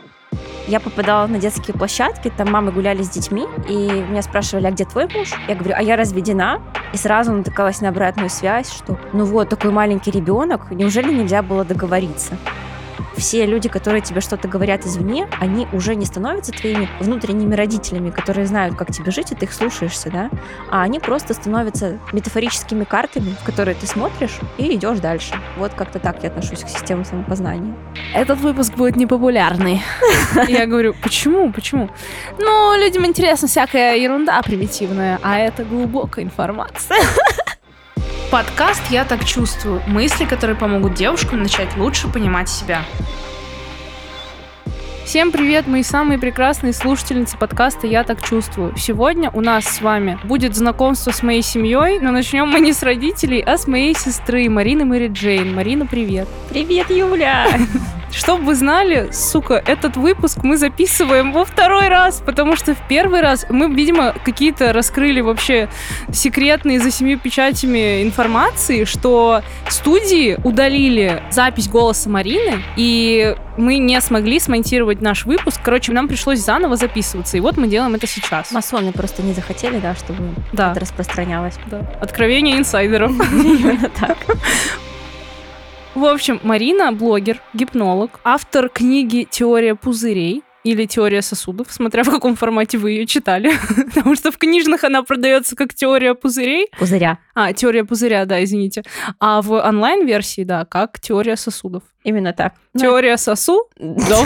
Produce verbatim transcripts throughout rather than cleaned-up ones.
Я попадала на детские площадки, там мамы гуляли с детьми, и меня спрашивали, а где твой муж? Я говорю, а я разведена. И сразу натыкалась на обратную связь, что ну вот, такой маленький ребенок, неужели нельзя было договориться? Все люди, которые тебе что-то говорят извне, они уже не становятся твоими внутренними родителями, которые знают, как тебе жить, и ты их слушаешься, да? А они просто становятся метафорическими картами, в которые ты смотришь и идешь дальше. Вот как-то так я отношусь к системе самопознания. Этот выпуск будет непопулярный. Я говорю, почему? Почему? Ну, людям интересна всякая ерунда примитивная, а это глубокая информация. Подкаст «Я так чувствую». Мысли, которые помогут девушкам начать лучше понимать себя. Всем привет, мои самые прекрасные слушательницы подкаста «Я так чувствую». Сегодня у нас с вами будет знакомство с моей семьей, но начнем мы не с родителей, а с моей сестры Марины Мэри Джейн. Марина, привет. Привет, Юля. Чтоб вы знали, сука, этот выпуск мы записываем во второй раз, потому что в первый раз мы, видимо, какие-то раскрыли вообще секретные за семью печатями информации, что студии удалили запись голоса Марины, и мы не смогли смонтировать наш выпуск. Короче, нам пришлось заново записываться, и вот мы делаем это сейчас. Масоны просто не захотели, да, чтобы да. это распространялось. Да. Откровение инсайдеров. Именно так. В общем, Марина — блогер, гипнолог, автор книги «Теория пузырей» или «Теория сосудов», смотря в каком формате вы ее читали. Потому что в книжных она продается как «Теория пузырей». Пузыря. А, «Теория пузыря», да, извините. А в онлайн-версии, да, как «Теория сосудов». Именно так. «Теория сосу». Да.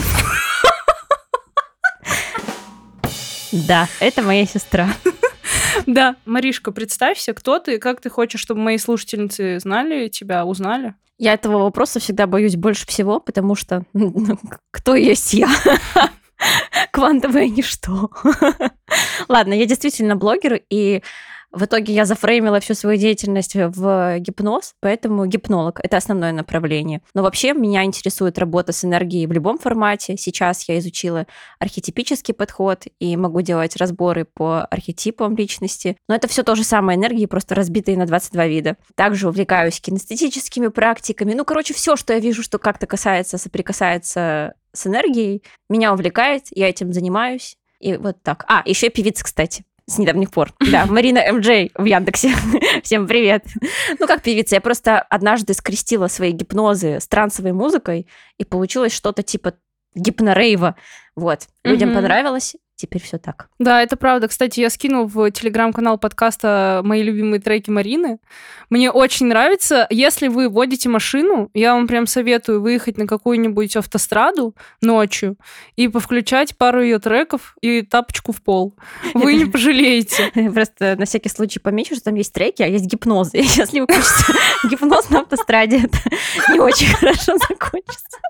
Да, это моя сестра. Да, Маришка, представься, кто ты, как ты хочешь, чтобы мои слушательницы знали тебя, узнали? Я этого вопроса всегда боюсь больше всего, потому что кто есть я? Квантовое ничто. Ладно, я действительно блогер, и в итоге я зафреймила всю свою деятельность в гипноз, поэтому гипнолог — это основное направление. Но вообще меня интересует работа с энергией в любом формате. Сейчас я изучила архетипический подход и могу делать разборы по архетипам личности. Но это все то же самое энергии, просто разбитые на двадцать два вида. Также увлекаюсь кинестетическими практиками. Ну, короче, все, что я вижу, что как-то касается, соприкасается с энергией, меня увлекает, я этим занимаюсь. И вот так. А, еще певица, кстати. С недавних пор. Да, Марина эм джей в Яндексе. Всем привет. Ну, как певица, я просто однажды скрестила свои гипнозы с трансовой музыкой, и получилось что-то типа гипнорейва. Вот. Людям mm-hmm. понравилось. Теперь все так. Да, это правда. Кстати, я скину в телеграм-канал подкаста мои любимые треки Марины. Мне очень нравится. Если вы водите машину, я вам прям советую выехать на какую-нибудь автостраду ночью и повключать пару ее треков и тапочку в пол. Вы не пожалеете. Просто на всякий случай помечу, что там есть треки, а есть гипнозы. Если вы включите гипноз на автостраде, это не очень хорошо закончится.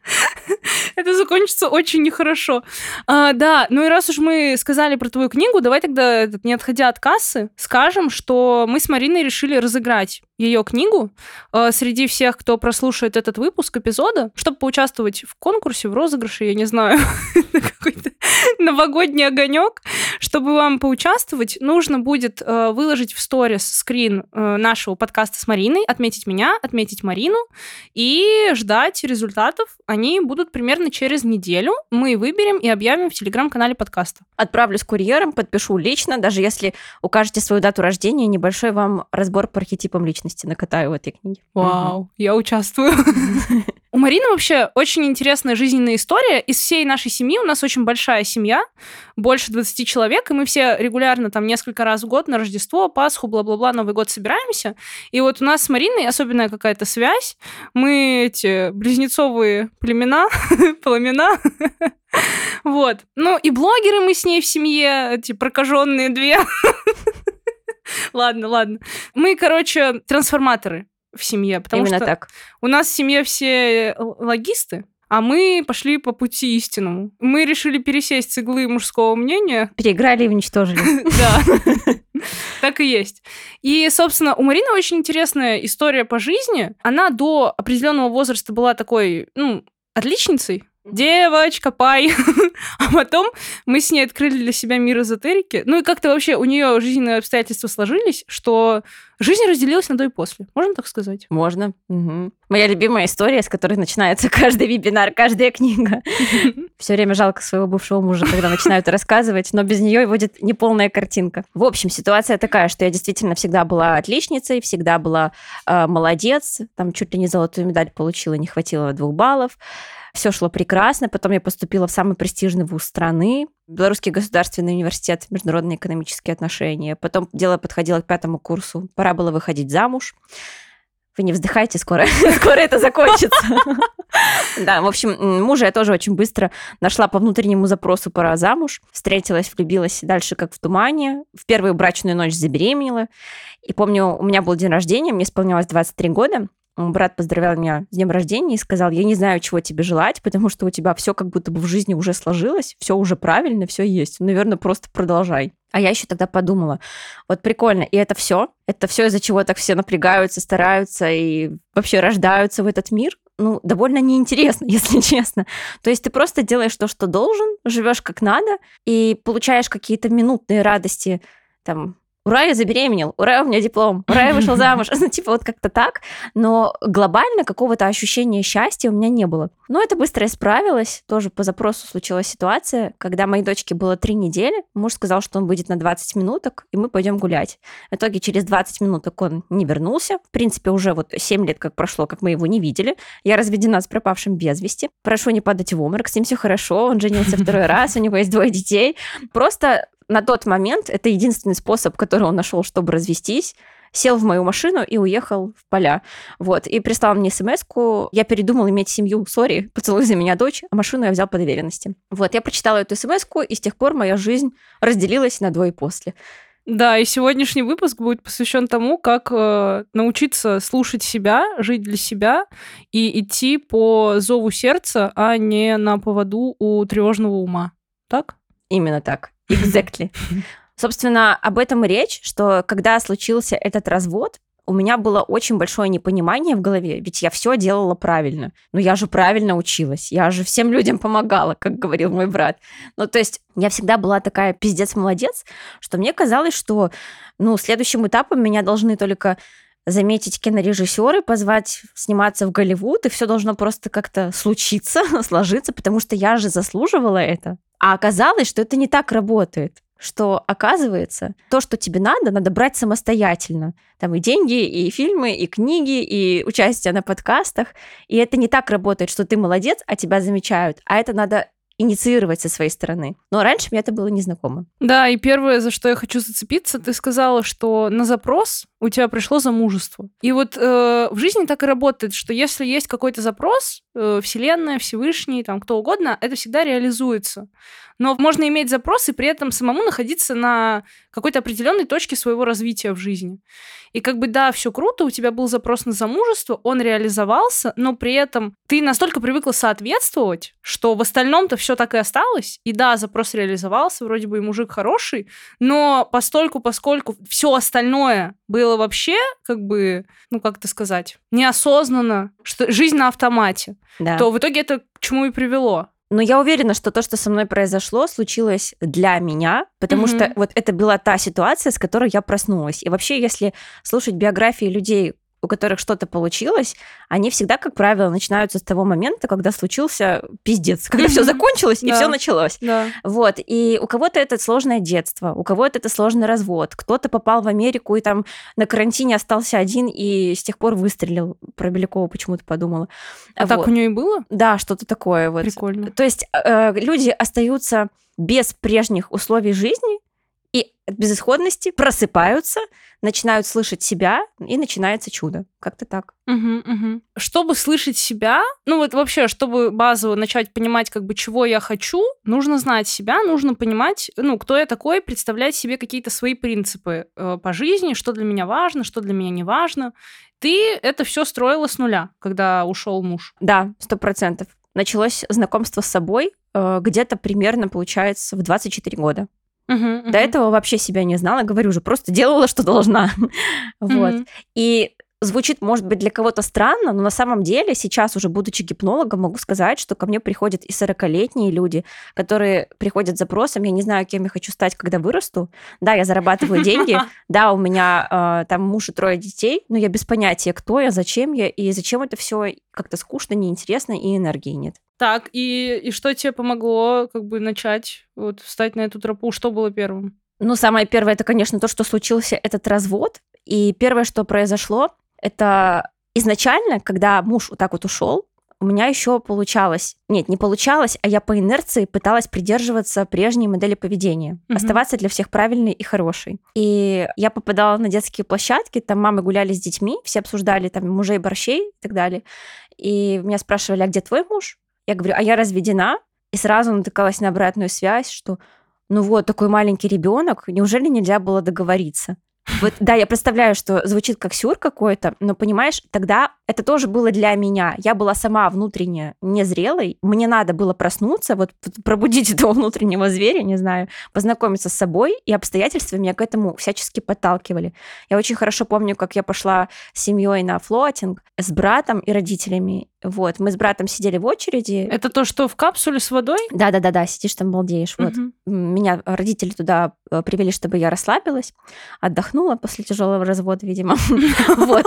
Это закончится очень нехорошо. А, да, ну и раз уж мы сказали про твою книгу, давай тогда, не отходя от кассы, скажем, что мы с Мариной решили разыграть ее книгу э, среди всех, кто прослушает этот выпуск эпизода, чтобы поучаствовать в конкурсе, в розыгрыше, я не знаю, какой-то новогодний огонек. Чтобы вам поучаствовать, нужно будет э, выложить в сторис скрин э, нашего подкаста с Мариной, отметить меня, отметить Марину и ждать результатов. Они будут примерно через неделю. Мы выберем и объявим в телеграм-канале подкаста. Отправлю с курьером, подпишу лично, даже если укажете свою дату рождения, небольшой вам разбор по архетипам личности накатаю в этой книге. Вау, угу. Я участвую. У Марины вообще очень интересная жизненная история. Из всей нашей семьи у нас очень большая семья, больше двадцати человек, и мы все регулярно там несколько раз в год на Рождество, Пасху, бла-бла-бла, Новый год собираемся. И вот у нас с Мариной особенная какая-то связь. Мы эти близнецовые племена, пламена. Вот. Ну и блогеры мы с ней в семье, эти прокаженные две. Ладно, ладно. Мы, короче, трансформаторы в семье, потому Именно что так. У нас в семье все логисты, а мы пошли по пути истинному. Мы решили пересесть с иглы мужского мнения. Переиграли и уничтожили. Да, так и есть. И, собственно, у Марины очень интересная история по жизни. Она до определенного возраста была такой, ну, отличницей. девочка, пай. А потом мы с ней открыли для себя мир эзотерики. Ну и как-то вообще у нее жизненные обстоятельства сложились, что жизнь разделилась на до и после. Можно так сказать? Можно. Угу. Моя любимая история, с которой начинается каждый вебинар, каждая книга. Все время жалко своего бывшего мужа, когда начинают рассказывать, но без нее будет неполная картинка. В общем, ситуация такая, что я действительно всегда была отличницей, всегда была э, молодец, там чуть ли не золотую медаль получила, не хватило двух баллов. Все шло прекрасно. Потом я поступила в самый престижный вуз страны, Белорусский государственный университет, международные экономические отношения. Потом дело подходило к пятому курсу. Пора было выходить замуж. Вы не вздыхайте, скоро, скоро это закончится. Да, в общем, мужа я тоже очень быстро нашла по внутреннему запросу «пора замуж». Встретилась, влюбилась дальше как в тумане. В первую брачную ночь забеременела. И помню, у меня был день рождения, мне исполнялось двадцать три года. Брат поздравлял меня с днем рождения и сказал: я не знаю, чего тебе желать, потому что у тебя все как будто бы в жизни уже сложилось, все уже правильно, все есть. Наверное, просто продолжай. А я еще тогда подумала, вот прикольно, и это все, это все из-за чего так все напрягаются, стараются и вообще рождаются в этот мир. Ну, довольно неинтересно, если честно. То есть ты просто делаешь то, что должен, живешь как надо и получаешь какие-то минутные радости, там, ура, я забеременел, ура, у меня диплом, ура, я вышел замуж. Ну, типа вот как-то так. Но глобально какого-то ощущения счастья у меня не было. Но это быстро исправилось. Тоже по запросу случилась ситуация, когда моей дочке было три недели. Муж сказал, что он выйдет на двадцать минуток, и мы пойдем гулять. В итоге через двадцать минуток он не вернулся. В принципе, уже вот семь лет как прошло, как мы его не видели. Я разведена с пропавшим без вести. Прошу не падать в обморок, с ним все хорошо. Он женился второй раз, у него есть двое детей. Просто на тот момент это единственный способ, который он нашел, чтобы развестись. Сел в мою машину и уехал в поля. Вот. И прислал мне смс-ку. Я передумал иметь семью. Сори, поцелуй за меня дочь. А машину я взял по доверенности. Вот. Я прочитала эту смс-ку, и с тех пор моя жизнь разделилась на до и после. Да, и сегодняшний выпуск будет посвящен тому, как э, научиться слушать себя, жить для себя и идти по зову сердца, а не на поводу у тревожного ума. Так? Именно так. Exactly. Собственно, об этом и речь, что когда случился этот развод, у меня было очень большое непонимание в голове, ведь я все делала правильно. Ну, я же правильно училась, я же всем людям помогала, как говорил мой брат. Ну, то есть я всегда была такая пиздец-молодец, что мне казалось, что, ну, следующим этапом меня должны только заметить кинорежиссеры, позвать сниматься в Голливуд, и все должно просто как-то случиться, сложиться, потому что я же заслуживала это. А оказалось, что это не так работает. Что, оказывается, то, что тебе надо, надо брать самостоятельно. Там и деньги, и фильмы, и книги, и участие на подкастах. И это не так работает, что ты молодец, а тебя замечают. А это надо инициировать со своей стороны. Но раньше мне это было незнакомо. Да, и первое, за что я хочу зацепиться, ты сказала, что на запрос у тебя пришло замужество. И вот э, в жизни так и работает, что если есть какой-то запрос, э, Вселенная, Всевышний, там кто угодно, это всегда реализуется. Но можно иметь запрос и при этом самому находиться на какой-то определенной точке своего развития в жизни. И как бы да, все круто, у тебя был запрос на замужество, он реализовался, но при этом ты настолько привыкла соответствовать, что в остальном-то все так и осталось. И да, запрос реализовался, вроде бы и мужик хороший, но постольку, поскольку все остальное было вообще, как бы, ну как это сказать, неосознанно, что жизнь на автомате, да. То в итоге это к чему и привело. Но я уверена, что то, что со мной произошло, случилось для меня, потому mm-hmm. что вот это была та ситуация, с которой я проснулась. И вообще, если слушать биографии людей, у которых что-то получилось, они всегда, как правило, начинаются с того момента, когда случился пиздец, когда mm-hmm. все закончилось и да. все началось. Да. Вот. И у кого-то это сложное детство, у кого-то это сложный развод, кто-то попал в Америку и там на карантине остался один и с тех пор выстрелил. Про Белякова почему-то подумала. А вот. Так у нее и было? Да, что-то такое. Вот. Прикольно. То есть э, люди остаются без прежних условий жизни, и от безысходности просыпаются, начинают слышать себя, и начинается чудо. Как-то так. Угу, угу. Чтобы слышать себя, ну вот вообще, чтобы базово начать понимать, как бы, чего я хочу, нужно знать себя, нужно понимать, ну, кто я такой, представлять себе какие-то свои принципы э, по жизни, что для меня важно, что для меня не важно. Ты это все строила с нуля, когда ушел муж. Да, сто процентов. Началось знакомство с собой э, где-то примерно, получается, в двадцать четыре года. Uh-huh, uh-huh. До этого вообще себя не знала, говорю же, просто делала, что должна. Вот. И звучит, может быть, для кого-то странно, но на самом деле сейчас, уже будучи гипнологом, могу сказать, что ко мне приходят и сорокалетние люди, которые приходят с запросом: я не знаю, кем я хочу стать, когда вырасту. Да, я зарабатываю деньги, да, у меня э, там муж и трое детей, но я без понятия, кто я, зачем я, и зачем это все как-то скучно, неинтересно, и энергии нет. Так, и, и что тебе помогло как бы начать, вот, встать на эту тропу? Что было первым? Ну, самое первое, это, конечно, то, что случился этот развод. И первое, что произошло, это изначально, когда муж вот так вот ушел, у меня еще получалось, нет, не получалось, а я по инерции пыталась придерживаться прежней модели поведения, mm-hmm. оставаться для всех правильной и хорошей. И я попадала на детские площадки, там мамы гуляли с детьми, все обсуждали там мужей, борщей и так далее. И меня спрашивали: а где твой муж? Я говорю: а я разведена. И сразу натыкалась на обратную связь, что ну вот, такой маленький ребенок, неужели нельзя было договориться? Вот, да, я представляю, что звучит как сюр какой-то, но, понимаешь, тогда это тоже было для меня. Я была сама внутренне незрелой, мне надо было проснуться, вот пробудить этого внутреннего зверя, не знаю, познакомиться с собой, и обстоятельства меня к этому всячески подталкивали. Я очень хорошо помню, как я пошла с семьей на флоатинг с братом и родителями. Вот, мы с братом сидели в очереди. Это то, что в капсуле с водой? Да-да-да, сидишь там, балдеешь. Вот. Угу. Меня родители туда привели, чтобы я расслабилась, отдохнула после тяжелого развода, видимо. Вот.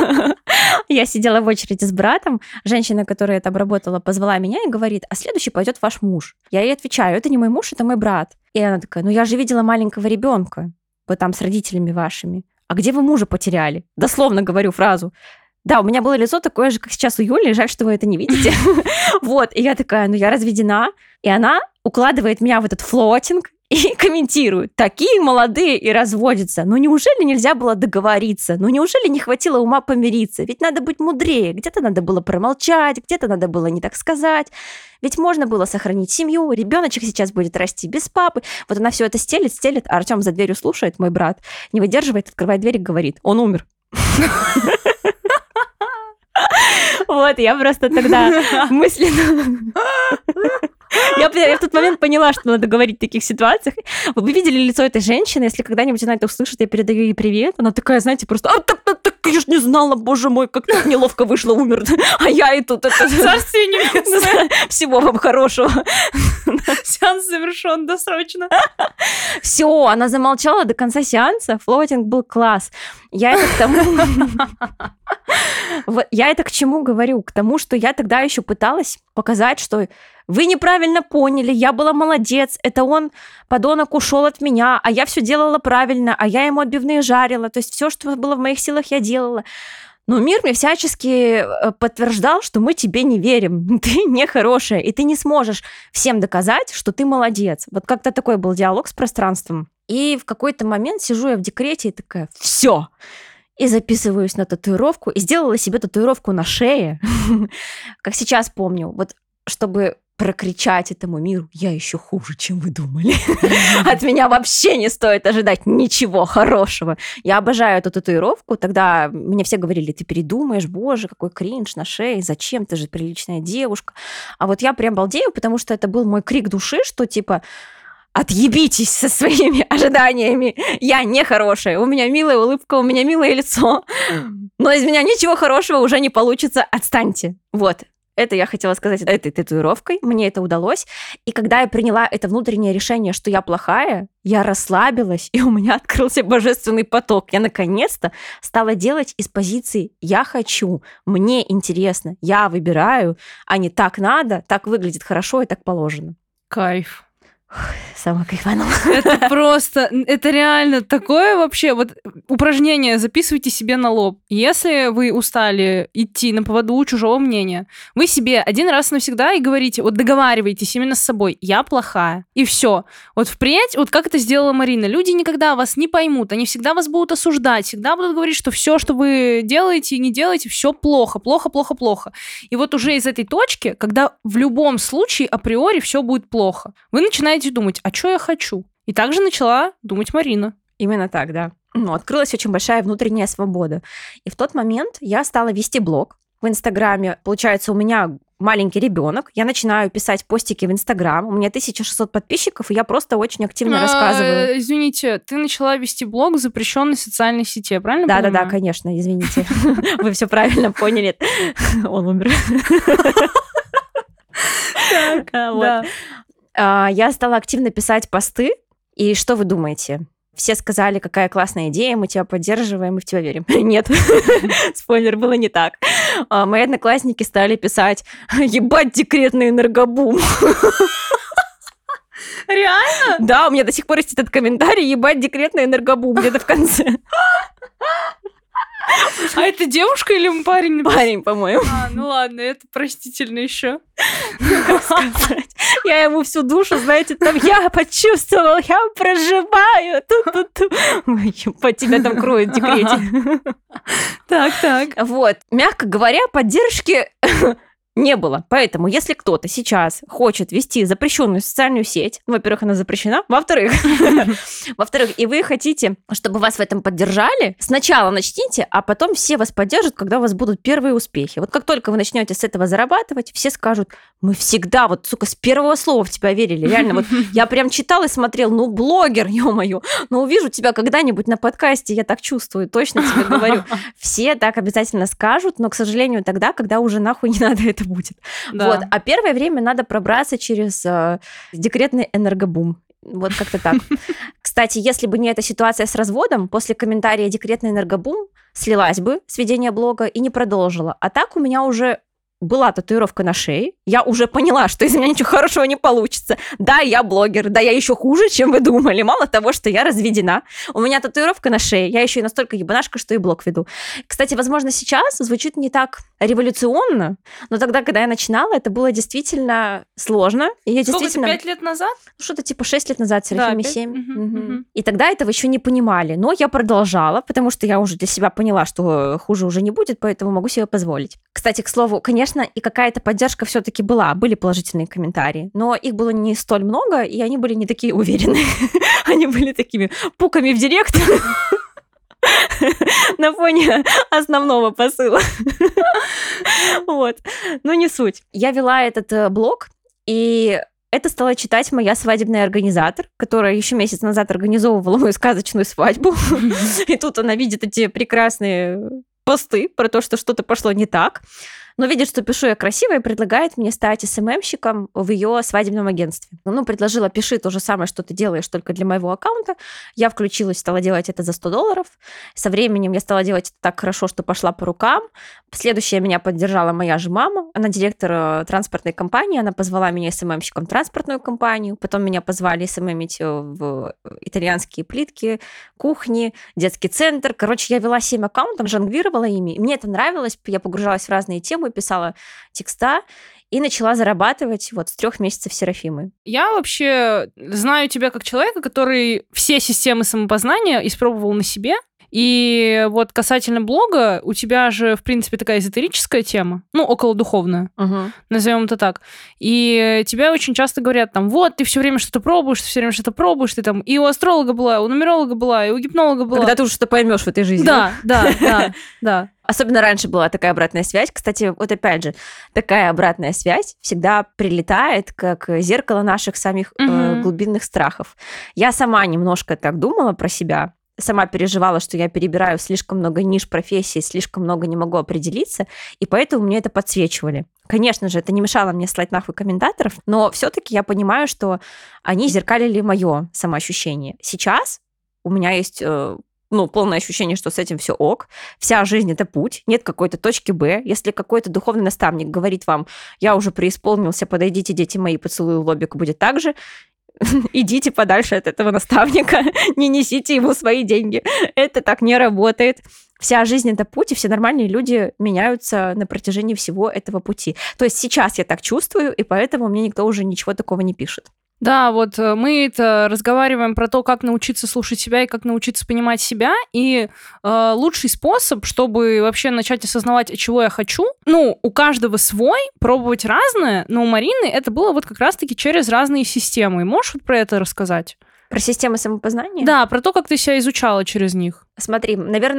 Я сидела в очереди с братом. Женщина, которая там работала, позвала меня и говорит: а следующий пойдет ваш муж. Я ей отвечаю: это не мой муж, это мой брат. И она такая: ну я же видела маленького ребенка, вот там с родителями вашими. А где вы мужа потеряли? Дословно говорю фразу. Да, у меня было лицо такое же, как сейчас у Юли, жаль, что вы это не видите. Вот, и я такая: ну я разведена. И она укладывает меня в этот флоатинг и комментирует: такие молодые и разводятся. Ну неужели нельзя было договориться? Ну неужели не хватило ума помириться? Ведь надо быть мудрее. Где-то надо было промолчать, где-то надо было не так сказать. Ведь можно было сохранить семью, ребеночек сейчас будет расти без папы. Вот она все это стелит, стелит, а Артем за дверью слушает, мой брат, не выдерживает, открывает дверь и говорит: он умер. Вот, я просто тогда мысленно... Я, я в тот момент поняла, что надо говорить в таких ситуациях. Вы видели лицо этой женщины? Если когда-нибудь она это услышит, я передаю ей привет. Она такая, знаете, просто: а, так, так, так, я ж не знала, боже мой, как так неловко вышло, умер. А я и тут... Это... Царствие небесное. Всего вам хорошего. Сеанс завершен досрочно. Все, она замолчала до конца сеанса. Флоатинг был класс. Я это к тому... Вот, я это к чему говорю? К тому, что я тогда еще пыталась показать, что вы неправильно поняли, я была молодец, это он, подонок, ушел от меня, а я все делала правильно, а я ему отбивные жарила, то есть все, что было в моих силах, я делала. Но мир мне всячески подтверждал, что мы тебе не верим, ты нехорошая, и ты не сможешь всем доказать, что ты молодец. Вот как-то такой был диалог с пространством. И в какой-то момент сижу я в декрете и такая: все. И записываюсь на татуировку, и сделала себе татуировку на шее, как сейчас помню, вот чтобы прокричать этому миру: я еще хуже, чем вы думали. От меня вообще не стоит ожидать ничего хорошего. Я обожаю эту татуировку. Тогда мне все говорили: ты передумаешь, боже, какой кринж на шее, зачем, ты же приличная девушка. А вот я прям балдею, потому что это был мой крик души, что типа: отъебитесь со своими ожиданиями. Я не хорошая. У меня милая улыбка, у меня милое лицо. Но из меня ничего хорошего уже не получится. Отстаньте. Вот. Это я хотела сказать этой татуировкой. Мне это удалось. И когда я приняла это внутреннее решение, что я плохая, я расслабилась, и у меня открылся божественный поток. Я наконец-то стала делать из позиции «я хочу», «мне интересно», «я выбираю», а не «так надо», «так выглядит хорошо» и «так положено». Кайф. Сама кайфанула. Это просто, это реально такое вообще, вот упражнение записывайте себе на лоб. Если вы устали идти на поводу у чужого мнения, вы себе один раз навсегда и говорите, вот договаривайтесь именно с собой: я плохая. И все. Вот впредь, вот как это сделала Марина, люди никогда вас не поймут, они всегда вас будут осуждать, всегда будут говорить, что все, что вы делаете и не делаете, все плохо, плохо, плохо, плохо. И вот уже из этой точки, когда в любом случае априори все будет плохо, вы начинаете думать: а что я хочу? И также начала думать Марина. Именно так, да. Ну, открылась очень большая внутренняя свобода. И в тот момент я стала вести блог в Инстаграме. Получается, у меня маленький ребенок, я начинаю писать постики в Инстаграм, у меня тысяча шестьсот подписчиков, и я просто очень активно рассказываю. Извините, ты начала вести блог в запрещенной социальной сети, я правильно понимаю? Да-да-да, конечно, извините. Вы все правильно поняли. Он умер. Я стала активно писать посты, и что вы думаете? Все сказали, какая классная идея, мы тебя поддерживаем, мы в тебя верим. Нет, спойлер, было не так. Мои одноклассники стали писать: ебать, декретный энергобум. Реально? Да, у меня до сих пор есть этот комментарий: ебать, декретный энергобум, где-то в конце. А это девушка или парень? Парень, по-моему. А, ну ладно, это простительно еще. Как сказать? Я ему всю душу, знаете, там я почувствовал, я проживаю. Ту-ту-ту. Ой, по тебя там кроют в декрете. Так, так. Вот, мягко говоря, поддержки не было. Поэтому, если кто-то сейчас хочет вести запрещенную социальную сеть, ну, во-первых, она запрещена, во-вторых, во-вторых, и вы хотите, чтобы вас в этом поддержали, сначала начните, а потом все вас поддержат, когда у вас будут первые успехи. Вот как только вы начнете с этого зарабатывать, все скажут: мы всегда, вот, сука, с первого слова в тебя верили. Реально, вот я прям читал и смотрел, ну, блогер, ё-моё, ну, увижу тебя когда-нибудь на подкасте, я так чувствую, точно тебе говорю. Все так обязательно скажут, но, к сожалению, тогда, когда уже нахуй не надо это будет. Да. Вот. А первое время надо пробраться через э, декретный энергобум. Вот как-то так. Кстати, если бы не эта ситуация с разводом, после комментария «декретный энергобум» слилась бы с ведения блога и не продолжила. А так у меня уже была татуировка на шее, я уже поняла, что из меня ничего хорошего не получится. Да, я блогер, да, я еще хуже, чем вы думали. Мало того, что я разведена, у меня татуировка на шее, я еще и настолько ебанашка, что и блог веду. Кстати, возможно, сейчас звучит не так революционно, но тогда, когда я начинала, это было действительно сложно. И я Сколько, действительно... пять лет назад? Ну, что-то типа шесть лет назад, Серафиме да, семь. Угу, угу. Угу. И тогда этого еще не понимали. Но я продолжала, потому что я уже для себя поняла, что хуже уже не будет, поэтому могу себе позволить. Кстати, к слову, конечно, и какая-то поддержка все-таки была, были положительные комментарии, но их было не столь много, и они были не такие уверенные. Они были такими пуками в директ на фоне основного посыла. Вот. Но не суть. Я вела этот блог, и это стала читать моя свадебная организатор, которая еще месяц назад организовывала мою сказочную свадьбу. И тут она видит эти прекрасные посты про то, что что-то пошло не так, но видит, что пишу я красиво, и предлагает мне стать эс эм эм-щиком в ее свадебном агентстве. Ну, предложила: пиши то же самое, что ты делаешь, только для моего аккаунта. Я включилась, стала делать это за сто долларов. Со временем я стала делать это так хорошо, что пошла по рукам. Следующая меня поддержала моя же мама. Она директор транспортной компании, она позвала меня эс эм эм-щиком в транспортную компанию. Потом меня позвали эс эм эм-ить в итальянские плитки, кухни, детский центр. Короче, я вела семь аккаунтов, жонглировала ими. Мне это нравилось, я погружалась в разные темы, писала текста и начала зарабатывать вот с трех месяцев Серафимы. Я вообще знаю тебя как человека, который все системы самопознания испробовал на себе. И вот касательно блога, у тебя же, в принципе, такая эзотерическая тема, ну, околодуховная, угу. назовем это так. И тебя очень часто говорят там: вот, ты все время что-то пробуешь, ты все время что-то пробуешь, ты там и у астролога была, и у нумеролога была, и у гипнолога была. Когда ты уже что-то поймешь в этой жизни. Да, да, да, да. Особенно раньше была такая обратная связь. Кстати, вот опять же, такая обратная связь всегда прилетает как зеркало наших самих угу. э, глубинных страхов. Я сама немножко так думала про себя, сама переживала, что я перебираю слишком много ниш профессий, слишком много не могу определиться, и поэтому мне это подсвечивали. Конечно же, это не мешало мне слать нахуй комментаторов, но все-таки я понимаю, что они зеркалили мое самоощущение. Сейчас у меня есть э, ну, полное ощущение, что с этим все ок. Вся жизнь — это путь, нет какой-то точки Б. Если какой-то духовный наставник говорит вам: я уже преисполнился, подойдите, дети мои, поцелую в лобик, будет так же, идите подальше от этого наставника, не несите ему свои деньги. Это так не работает. Вся жизнь — это путь, и все нормальные люди меняются на протяжении всего этого пути. То есть сейчас я так чувствую, и поэтому мне никто уже ничего такого не пишет. Да, вот мы это разговариваем про то, как научиться слушать себя и как научиться понимать себя. И э, лучший способ, чтобы вообще начать осознавать, чего я хочу, ну, у каждого свой, пробовать разное, но у Марины это было вот как раз-таки через разные системы. Можешь вот про это рассказать? Про системы самопознания? Да, про то, как ты себя изучала через них. Смотри, наверное,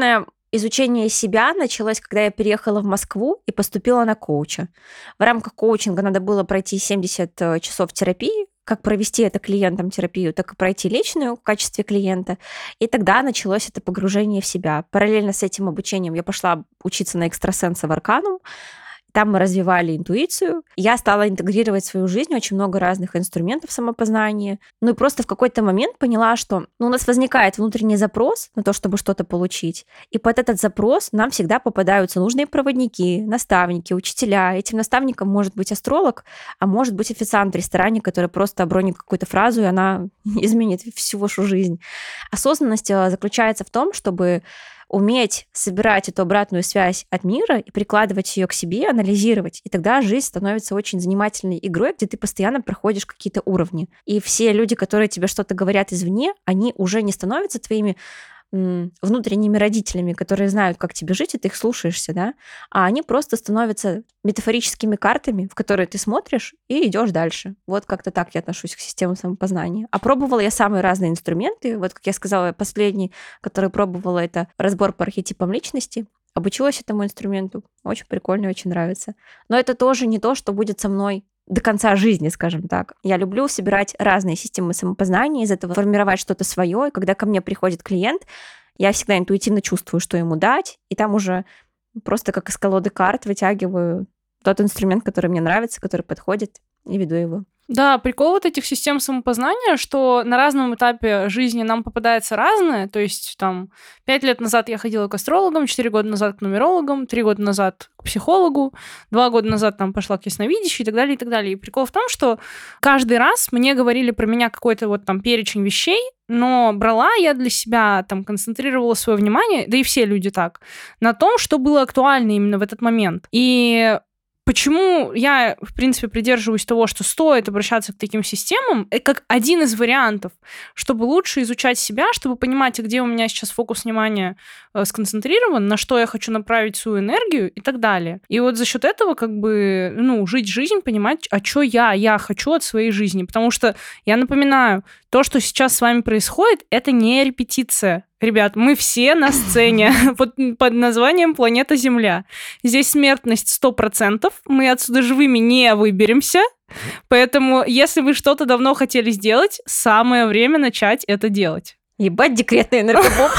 изучение себя началось, когда я переехала в Москву и поступила на коуча. В рамках коучинга надо было пройти семьдесят часов терапии, как провести это клиентам терапию, так и пройти личную в качестве клиента. И тогда началось это погружение в себя. Параллельно с этим обучением я пошла учиться на экстрасенса в Арканум. Там мы развивали интуицию. Я стала интегрировать в свою жизнь очень много разных инструментов самопознания. Ну и просто в какой-то момент поняла, что ну, у нас возникает внутренний запрос на то, чтобы что-то получить. И под этот запрос нам всегда попадаются нужные проводники, наставники, учителя. Этим наставником может быть астролог, а может быть официант в ресторане, который просто обронит какую-то фразу, и она изменит всю вашу жизнь. Осознанность заключается в том, чтобы уметь собирать эту обратную связь от мира и прикладывать ее к себе, анализировать. И тогда жизнь становится очень занимательной игрой, где ты постоянно проходишь какие-то уровни. И все люди, которые тебе что-то говорят извне, они уже не становятся твоими внутренними родителями, которые знают, как тебе жить, и ты их слушаешься, да, а они просто становятся метафорическими картами, в которые ты смотришь и идешь дальше. Вот как-то так я отношусь к системе самопознания. А пробовала я самые разные инструменты. Вот, как я сказала, последний, который пробовала, это разбор по архетипам личности. Обучилась этому инструменту. Очень прикольно, очень нравится. Но это тоже не то, что будет со мной до конца жизни, скажем так. Я люблю собирать разные системы самопознания, из этого формировать что-то свое. И когда ко мне приходит клиент, я всегда интуитивно чувствую, что ему дать, и там уже просто как из колоды карт вытягиваю тот инструмент, который мне нравится, который подходит, и веду его. Да, прикол вот этих систем самопознания, что на разном этапе жизни нам попадается разное. То есть там пять лет назад я ходила к астрологам, четыре года назад к нумерологам, три года назад к психологу, два года назад там пошла к ясновидящей и так далее, и так далее. И прикол в том, что каждый раз мне говорили про меня какой-то вот там перечень вещей, но брала я для себя, там, концентрировала свое внимание, да и все люди так, на том, что было актуально именно в этот момент. И почему я, в принципе, придерживаюсь того, что стоит обращаться к таким системам, это как один из вариантов, чтобы лучше изучать себя, чтобы понимать, где у меня сейчас фокус внимания э, сконцентрирован, на что я хочу направить свою энергию и так далее. И вот за счет этого как бы, ну, жить жизнь, понимать, а что я, я хочу от своей жизни. Потому что, я напоминаю, то, что сейчас с вами происходит, это не репетиция. Ребят, мы все на сцене под, под названием «Планета Земля». Здесь смертность сто процентов, мы отсюда живыми не выберемся, поэтому если вы что-то давно хотели сделать, самое время начать это делать. Ебать, декретный энергобом.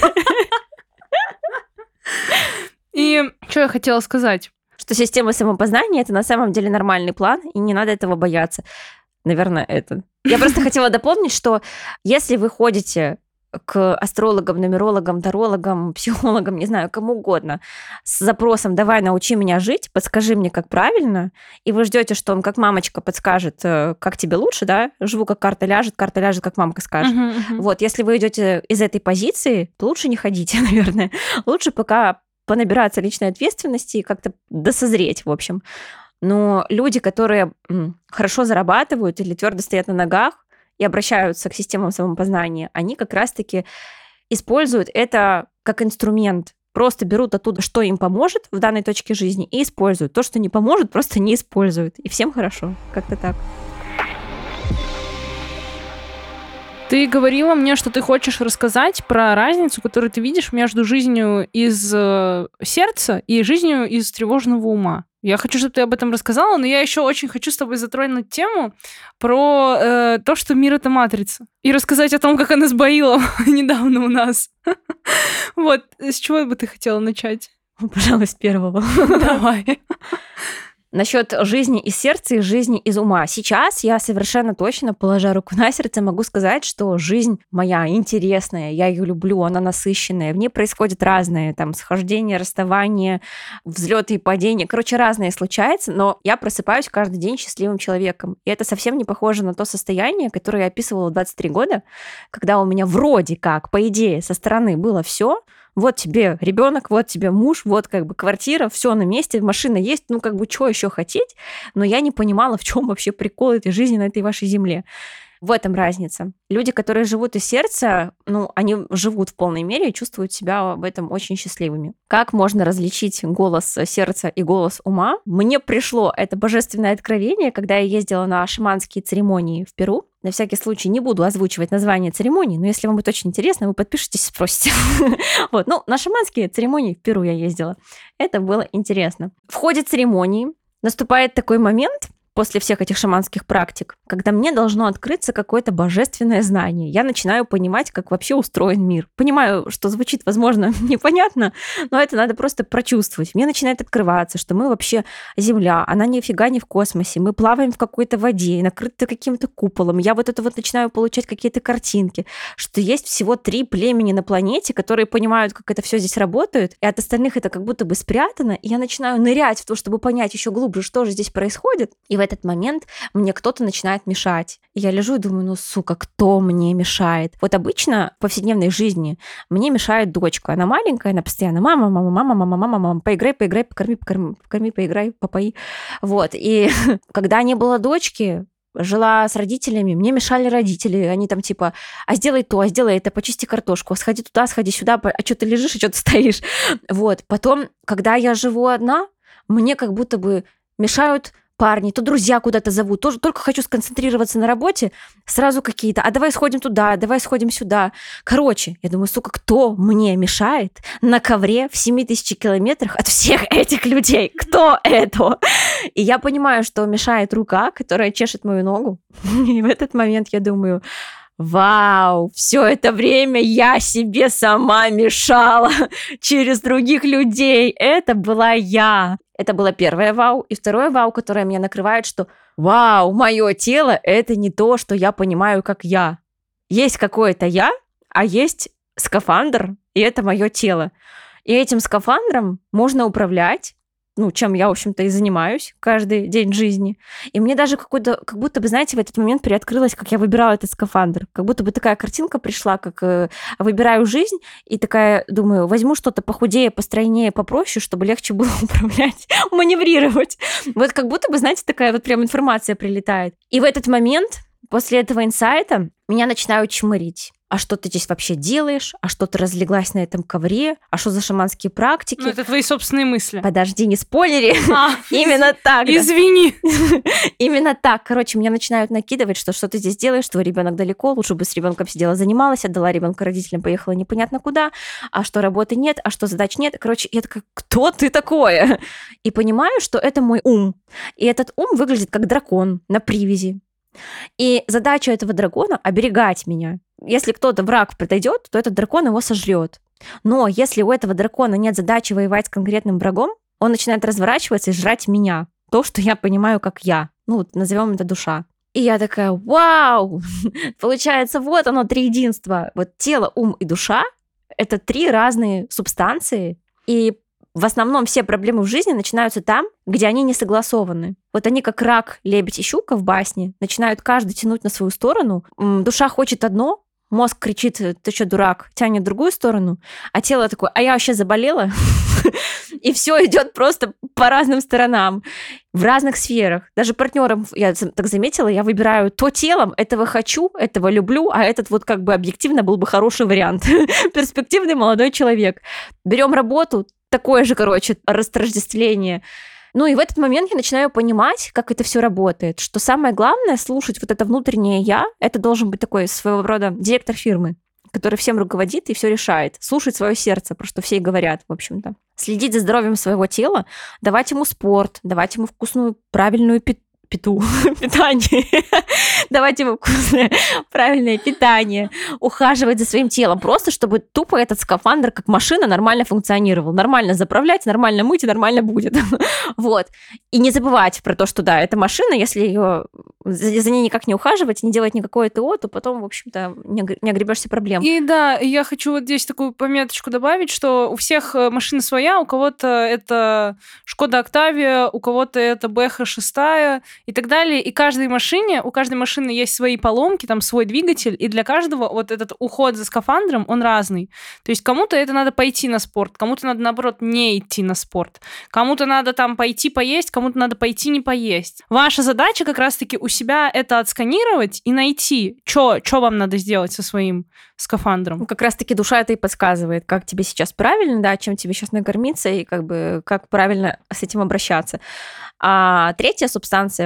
И что я хотела сказать? Что система самопознания — это на самом деле нормальный план, и не надо этого бояться. Наверное, это. Я просто хотела дополнить, что если вы ходите к астрологам, нумерологам, тарологам, психологам, не знаю, кому угодно, с запросом «давай научи меня жить, подскажи мне, как правильно», и вы ждете, что он как мамочка подскажет, как тебе лучше, да, живу как карта ляжет, карта ляжет, как мамка скажет. Uh-huh, uh-huh. Вот, если вы идете из этой позиции, то лучше не ходите, наверное. Лучше пока понабираться личной ответственности и как-то досозреть, в общем. Но люди, которые хорошо зарабатывают или твердо стоят на ногах, и обращаются к системам самопознания, они как раз-таки используют это как инструмент. Просто берут оттуда, что им поможет в данной точке жизни, и используют. То, что не поможет, просто не используют. И всем хорошо. Как-то так. Ты говорила мне, что ты хочешь рассказать про разницу, которую ты видишь между жизнью из э, сердца и жизнью из тревожного ума. Я хочу, чтобы ты об этом рассказала, но я еще очень хочу с тобой затронуть тему про э, то, что мир — это матрица. И рассказать о том, как она сбоила недавно у нас. Вот, с чего бы ты хотела начать? Пожалуй, с первого. Давай. Насчет жизни из сердца и жизни из ума. Сейчас я совершенно точно, положа руку на сердце, могу сказать, что жизнь моя интересная, я ее люблю, она насыщенная. В ней происходит разное, там, схождение, расставание, взлеты и падения. Короче, разное случается, но я просыпаюсь каждый день счастливым человеком. И это совсем не похоже на то состояние, которое я описывала в двадцать три года, когда у меня вроде как, по идее, со стороны было все. Вот тебе ребенок, вот тебе муж, вот как бы квартира, все на месте, машина есть, ну как бы что еще хотеть? Но я не понимала, в чем вообще прикол этой жизни на этой вашей земле. В этом разница. Люди, которые живут из сердца, ну, они живут в полной мере и чувствуют себя в этом очень счастливыми. Как можно различить голос сердца и голос ума? Мне пришло это божественное откровение, когда я ездила на шаманские церемонии в Перу. На всякий случай не буду озвучивать название церемонии, но если вам будет очень интересно, вы подпишитесь и спросите. Вот, ну, на шаманские церемонии в Перу я ездила. Это было интересно. В ходе церемонии наступает такой момент, после всех этих шаманских практик, когда мне должно открыться какое-то божественное знание. Я начинаю понимать, как вообще устроен мир. Понимаю, что звучит, возможно, непонятно, но это надо просто прочувствовать. Мне начинает открываться, что мы вообще Земля, она нифига не в космосе, мы плаваем в какой-то воде, накрыты каким-то куполом. Я вот это вот начинаю получать какие-то картинки, что есть всего три племени на планете, которые понимают, как это все здесь работает, и от остальных это как будто бы спрятано, и я начинаю нырять в то, чтобы понять еще глубже, что же здесь происходит. И в этот момент мне кто-то начинает мешать. И я лежу и думаю, ну, сука, кто мне мешает? Вот обычно в повседневной жизни мне мешает дочка. Она маленькая, она постоянно мама, мама, мама, мама, мама, мама, поиграй, поиграй, покорми, покорми, покорми, поиграй, попои. Вот. И когда не было дочки, жила с родителями, мне мешали родители, они там типа, а сделай то, а сделай это, почисти картошку, сходи туда, сходи сюда, а что ты лежишь, а что ты стоишь? Вот. Потом, когда я живу одна, мне как будто бы мешают парни, то друзья куда-то зовут, тоже только хочу сконцентрироваться на работе, сразу какие-то, а давай сходим туда, давай сходим сюда. Короче, я думаю, сука, кто мне мешает на ковре в семи тысячах километрах от всех этих людей? Кто это? И я понимаю, что мешает рука, которая чешет мою ногу. И в этот момент я думаю, вау, все это время я себе сама мешала через других людей. Это была я. Это было первое вау. И второе вау, которое меня накрывает, что вау, мое тело — это не то, что я понимаю, как я. Есть какое-то я, а есть скафандр, и это мое тело. И этим скафандром можно управлять, ну, чем я, в общем-то, и занимаюсь каждый день жизни. И мне даже какой-то, как будто бы, знаете, в этот момент приоткрылось, как я выбирала этот скафандр. Как будто бы такая картинка пришла, как э, выбираю жизнь, и такая, думаю, возьму что-то похудее, постройнее, попроще, чтобы легче было управлять, маневрировать. Вот как будто бы, знаете, такая вот прям информация прилетает. И в этот момент, после этого инсайта, меня начинают чмырить. А что ты здесь вообще делаешь? А что ты разлеглась на этом ковре? А что за шаманские практики? Ну, это твои собственные мысли. Подожди, не спойлери. А, Именно так. Извини. Именно так. Короче, меня начинают накидывать, что что ты здесь делаешь, твой ребенок далеко, лучше бы с ребенком сидела, занималась, отдала ребенка родителям, поехала непонятно куда, а что работы нет, а что задач нет. Короче, я такая, кто ты такое? И понимаю, что это мой ум. И этот ум выглядит как дракон на привязи. И задача этого дракона — оберегать меня. Если кто-то, враг, подойдет, то этот дракон его сожрет. Но если у этого дракона нет задачи воевать с конкретным врагом, он начинает разворачиваться и жрать меня. То, что я понимаю, как я. Ну, вот назовем это душа. И я такая, вау! Получается, вот оно, триединство. Вот тело, ум и душа — это три разные субстанции. И в основном все проблемы в жизни начинаются там, где они не согласованы. Вот они как рак, лебедь и щука в басне, начинают каждый тянуть на свою сторону. Душа хочет одно, мозг кричит, ты что, дурак, тянет в другую сторону, а тело такое, а я вообще заболела, и все идет просто по разным сторонам, в разных сферах. Даже партнерам, я так заметила, я выбираю то телом, этого хочу, этого люблю, а этот вот как бы объективно был бы хороший вариант. Перспективный молодой человек. Берем работу, такое же, короче, растождествление. Ну и в этот момент я начинаю понимать, как это все работает, что самое главное — слушать вот это внутреннее «я». Это должен быть такой своего рода директор фирмы, который всем руководит и все решает. Слушать свое сердце, про что все и говорят, в общем-то. Следить за здоровьем своего тела, давать ему спорт, давать ему вкусную, правильную питание, Питу, питание, давать ему вкусное, правильное питание, ухаживать за своим телом, просто чтобы тупо этот скафандр, как машина, нормально функционировал, нормально заправлять, нормально мыть и нормально будет. Вот. И не забывать про то, что да, эта машина, если ее за ней никак не ухаживать, не делать никакое ТО, то потом, в общем-то, не огребешься проблем. И да, я хочу вот здесь такую пометочку добавить, что у всех машина своя, у кого-то это Шкода Октавия, у кого-то это Бэха шестая, и так далее. И каждой машине, у каждой машины есть свои поломки, там свой двигатель, и для каждого вот этот уход за скафандром, он разный. То есть кому-то это надо пойти на спорт, кому-то надо, наоборот, не идти на спорт. Кому-то надо там пойти поесть, кому-то надо пойти не поесть. Ваша задача как раз-таки у себя это отсканировать и найти, что вам надо сделать со своим скафандром. Ну, как раз-таки душа это и подсказывает, как тебе сейчас правильно, да, чем тебе сейчас накормиться, и как бы как правильно с этим обращаться. А третья субстанция в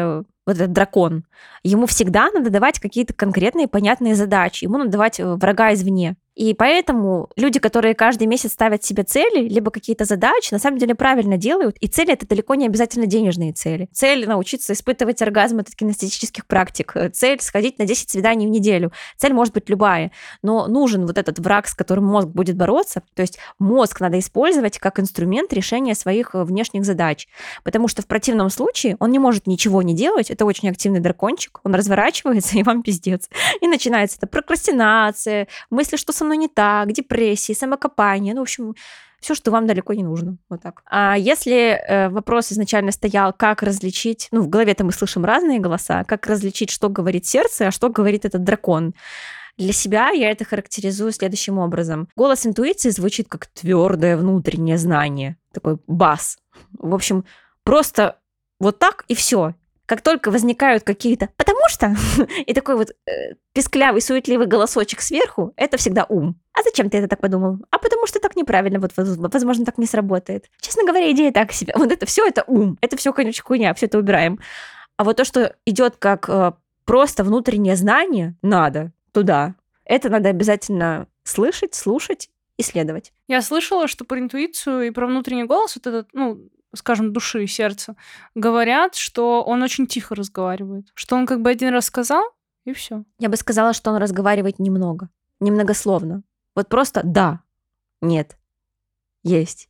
вот этот дракон, ему всегда надо давать какие-то конкретные понятные задачи, ему надо давать врага извне. И поэтому люди, которые каждый месяц ставят себе цели, либо какие-то задачи, на самом деле правильно делают. И цели — это далеко не обязательно денежные цели. Цель — научиться испытывать оргазм от кинестетических практик. Цель — сходить на десять свиданий в неделю. Цель может быть любая. Но нужен вот этот враг, с которым мозг будет бороться. То есть мозг надо использовать как инструмент решения своих внешних задач. Потому что в противном случае он не может ничего не делать. Это очень активный дракончик. Он разворачивается, и вам пиздец. И начинается это прокрастинация, мысли, что со мной не так, депрессии, самокопание, ну, в общем, все, что вам далеко не нужно. Вот так. А если э, вопрос изначально стоял, как различить, ну, в голове-то мы слышим разные голоса, как различить, что говорит сердце, а что говорит этот дракон. Для себя я это характеризую следующим образом. Голос интуиции звучит как твердое внутреннее знание, такой бас. В общем, просто вот так и все. Как только возникают какие-то «потому что» и такой вот э, песклявый, суетливый голосочек сверху, это всегда ум. А зачем ты это так подумал? А потому что так неправильно, вот, возможно, так не сработает. Честно говоря, идея так себе. Вот это все это ум, это все, конечно, хуйня, все это убираем. А вот то, что идет как э, просто внутреннее знание, надо туда. Это надо обязательно слышать, слушать, исследовать. Я слышала, что про интуицию и про внутренний голос, вот этот, ну, скажем, души и сердца, говорят, что он очень тихо разговаривает. Что он как бы один раз сказал, и все. Я бы сказала, что он разговаривает немного, немногословно. Вот просто «да», «нет», «есть».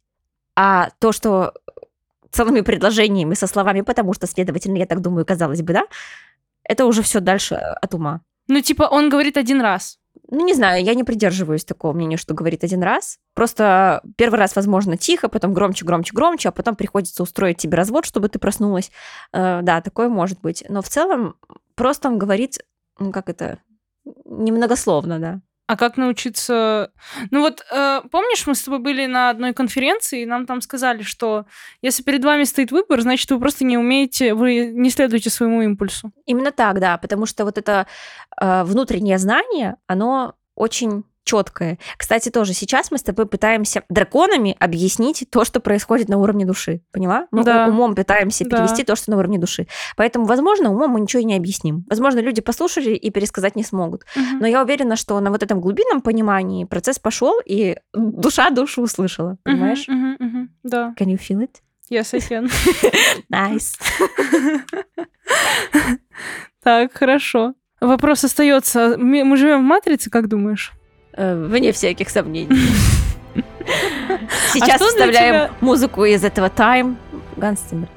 А то, что целыми предложениями со словами «потому что», следовательно, я так думаю, казалось бы, да, это уже все дальше от ума. Ну, типа, он говорит один раз. Ну, не знаю, я не придерживаюсь такого мнения, что говорит один раз. Просто первый раз, возможно, тихо, потом громче, громче, громче, а потом приходится устроить тебе развод, чтобы ты проснулась. Э, да, такое может быть. Но в целом просто он говорит, ну, как это, немногословно, да. А как научиться... Ну вот, э, помнишь, мы с тобой были на одной конференции, и нам там сказали, что если перед вами стоит выбор, значит, вы просто не умеете, вы не следуете своему импульсу. Именно так, да, потому что вот это э, внутреннее знание, оно очень четкое. Кстати, тоже сейчас мы с тобой пытаемся драконами объяснить то, что происходит на уровне души. Поняла? Мы да. умом пытаемся да. перевести то, что на уровне души. Поэтому, возможно, умом мы ничего и не объясним. Возможно, люди послушали и пересказать не смогут. Угу. Но я уверена, что на вот этом глубинном понимании процесс пошел, и душа душу услышала. Понимаешь? Угу, угу, угу. Да. Can you feel it? Yes, I can. Nice. Так, хорошо. Вопрос остается. Мы живем в матрице, как думаешь? Вне всяких сомнений. Сейчас а вставляем тебя... музыку из этого Time. Ганс Циммер.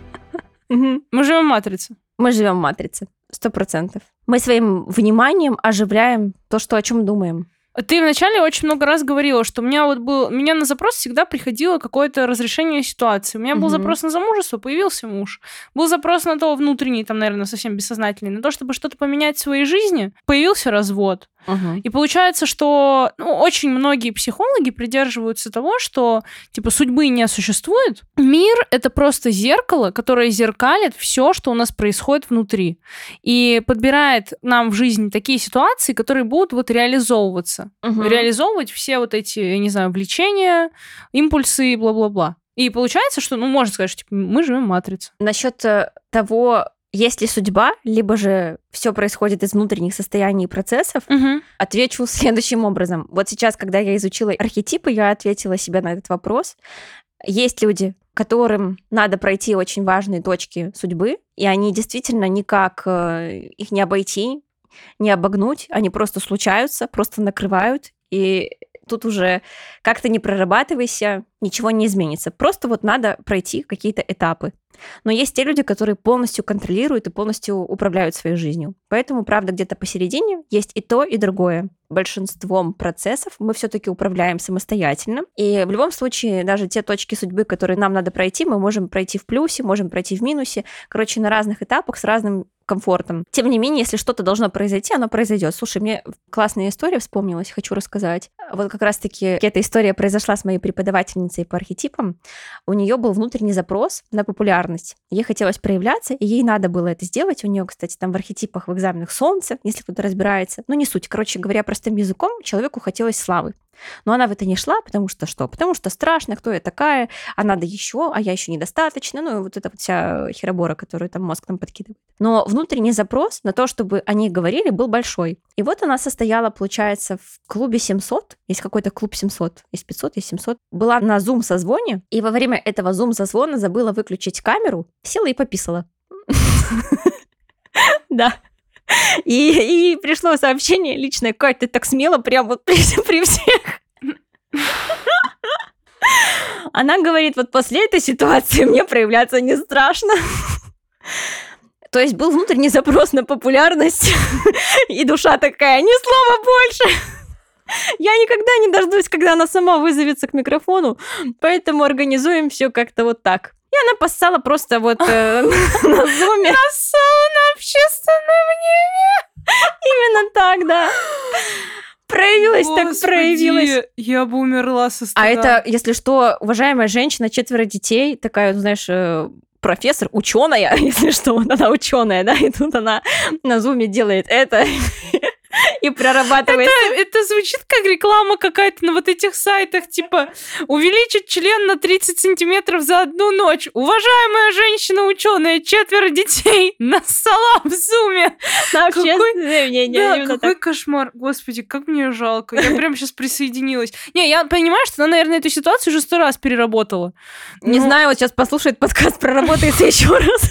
Мы живем в матрице. Мы живем в матрице. Сто процентов. Мы своим вниманием оживляем то, что о чем думаем. Ты вначале очень много раз говорила, что у меня вот был, у меня на запрос всегда приходило какое-то разрешение ситуации. У меня был mm-hmm. запрос на замужество, появился муж. Был запрос на то внутренний, там, наверное, совсем бессознательный, на то, чтобы что-то поменять в своей жизни, появился развод. Uh-huh. И получается, что ну, очень многие психологи придерживаются того, что типа судьбы не существует. Мир — это просто зеркало, которое зеркалит все, что у нас происходит внутри. И подбирает нам в жизни такие ситуации, которые будут вот реализовываться. Uh-huh. Реализовывать все вот эти, я не знаю, влечения, импульсы и бла-бла-бла. И получается, что, ну, можно сказать, что типа, мы живем в матрице. Насчет того... Есть ли судьба, либо же все происходит из внутренних состояний и процессов, угу. отвечу следующим образом. Вот сейчас, когда я изучила архетипы, я ответила себе на этот вопрос. Есть люди, которым надо пройти очень важные точки судьбы, и они действительно никак их не обойти, не обогнуть, они просто случаются, просто накрывают, и тут уже как-то не прорабатывайся, ничего не изменится. Просто вот надо пройти какие-то этапы. Но есть те люди, которые полностью контролируют и полностью управляют своей жизнью. Поэтому, правда, где-то посередине есть и то, и другое. Большинством процессов мы все-таки управляем самостоятельно. И в любом случае, даже те точки судьбы, которые нам надо пройти, мы можем пройти в плюсе, можем пройти в минусе. Короче, на разных этапах с разным комфортом. Тем не менее, если что-то должно произойти, оно произойдет. Слушай, мне классная история вспомнилась, хочу рассказать. Вот как раз-таки эта история произошла с моей преподавательницей по архетипам. У нее был внутренний запрос на популярность. Ей хотелось проявляться, и ей надо было это сделать. У нее, кстати, там в архетипах в экзаменах солнце, если кто-то разбирается. Ну, не суть. Короче говоря, простым языком человеку хотелось славы. Но она в это не шла, потому что что? Потому что страшно, кто я такая, а надо еще, а я еще недостаточно, ну и вот эта вот вся херобора, которую там мозг нам подкидывает. Но внутренний запрос на то, чтобы они говорили, был большой. И вот она состояла, получается, в клубе семьсот, есть какой-то клуб семьсот, есть пятьсот, есть семьсот, была на зум-созвоне, и во время этого зум-созвона забыла выключить камеру, села и пописала. Да. И, и пришло сообщение личное: Кать, ты так смело прям вот при, при всех. Она говорит, вот после этой ситуации мне проявляться не страшно. То есть был внутренний запрос на популярность, и душа такая: ни слова больше. Я никогда не дождусь, когда она сама вызовется к микрофону, поэтому организуем все как-то вот так. И она поссала просто вот э, на зуме. Нассала на общественное мнение. Именно так, да. Проявилась, Господи, так проявилась. Я бы умерла со стыда. А это, если что, уважаемая женщина, четверо детей, такая, знаешь, профессор, ученая, если что, вот она ученая, да, и тут она на зуме делает это и прорабатывает. Это, это звучит как реклама какая-то на вот этих сайтах, типа увеличить член на тридцать сантиметров за одну ночь. Уважаемая женщина-ученая, четверо детей нассала в зуме. На общественное мнение. Да, какой так. Кошмар. Господи, как мне жалко. Я прям сейчас присоединилась. Не, я понимаю, что она, наверное, эту ситуацию уже сто раз переработала. Не Но... знаю, вот сейчас послушает подкаст, проработается еще раз.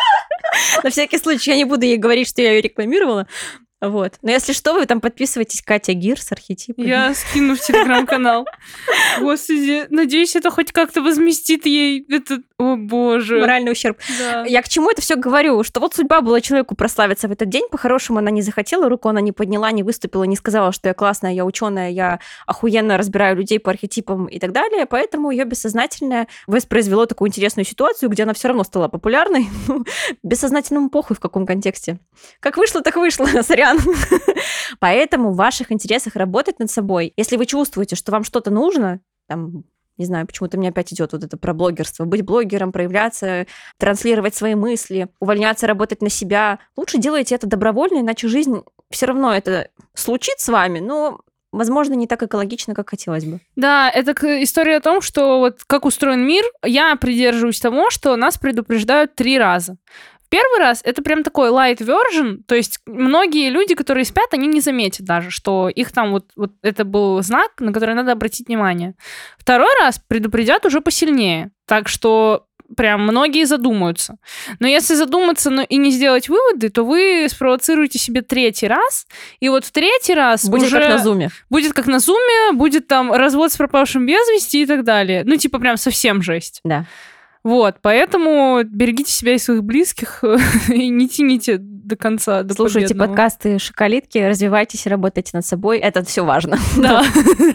На всякий случай я не буду ей говорить, что я ее рекламировала. Вот. Но если что, вы там подписывайтесь, Катя Гир с архетипами. Я скину в телеграм-канал. Господи, надеюсь, это хоть как-то возместит ей этот... О, боже. Моральный ущерб. Да. Я к чему это все говорю? Что вот судьба была человеку прославиться в этот день. По-хорошему она не захотела, руку она не подняла, не выступила, не сказала, что я классная, я ученая, я охуенно разбираю людей по архетипам и так далее. Поэтому ее бессознательное воспроизвело такую интересную ситуацию, где она все равно стала популярной. Ну, бессознательному похуй в каком контексте. Как вышло, так вышло. Сорян. Поэтому в ваших интересах работать над собой. Если вы чувствуете, что вам что-то нужно, там, не знаю, почему-то мне опять идет вот это про блогерство, быть блогером, проявляться, транслировать свои мысли, увольняться, работать на себя, лучше делайте это добровольно, иначе жизнь все равно это случится с вами, но возможно, не так экологично, как хотелось бы. Да, это история о том, что вот как устроен мир, я придерживаюсь того, что нас предупреждают три раза. Первый раз это прям такой light version, то есть многие люди, которые спят, они не заметят даже, что их там вот, вот это был знак, на который надо обратить внимание. Второй раз предупредят уже посильнее, так что прям многие задумаются. Но если задуматься, но и не сделать выводы, то вы спровоцируете себе третий раз, и вот в третий раз будет уже... как на зуме. Будет как на зуме, будет там развод с пропавшим без вести и так далее. Ну, типа прям совсем жесть. Да. Вот, поэтому берегите себя и своих близких и не тяните до конца, до Слушайте победного. подкасты «Шоколитки», развивайтесь, работайте над собой. Это все важно. Да.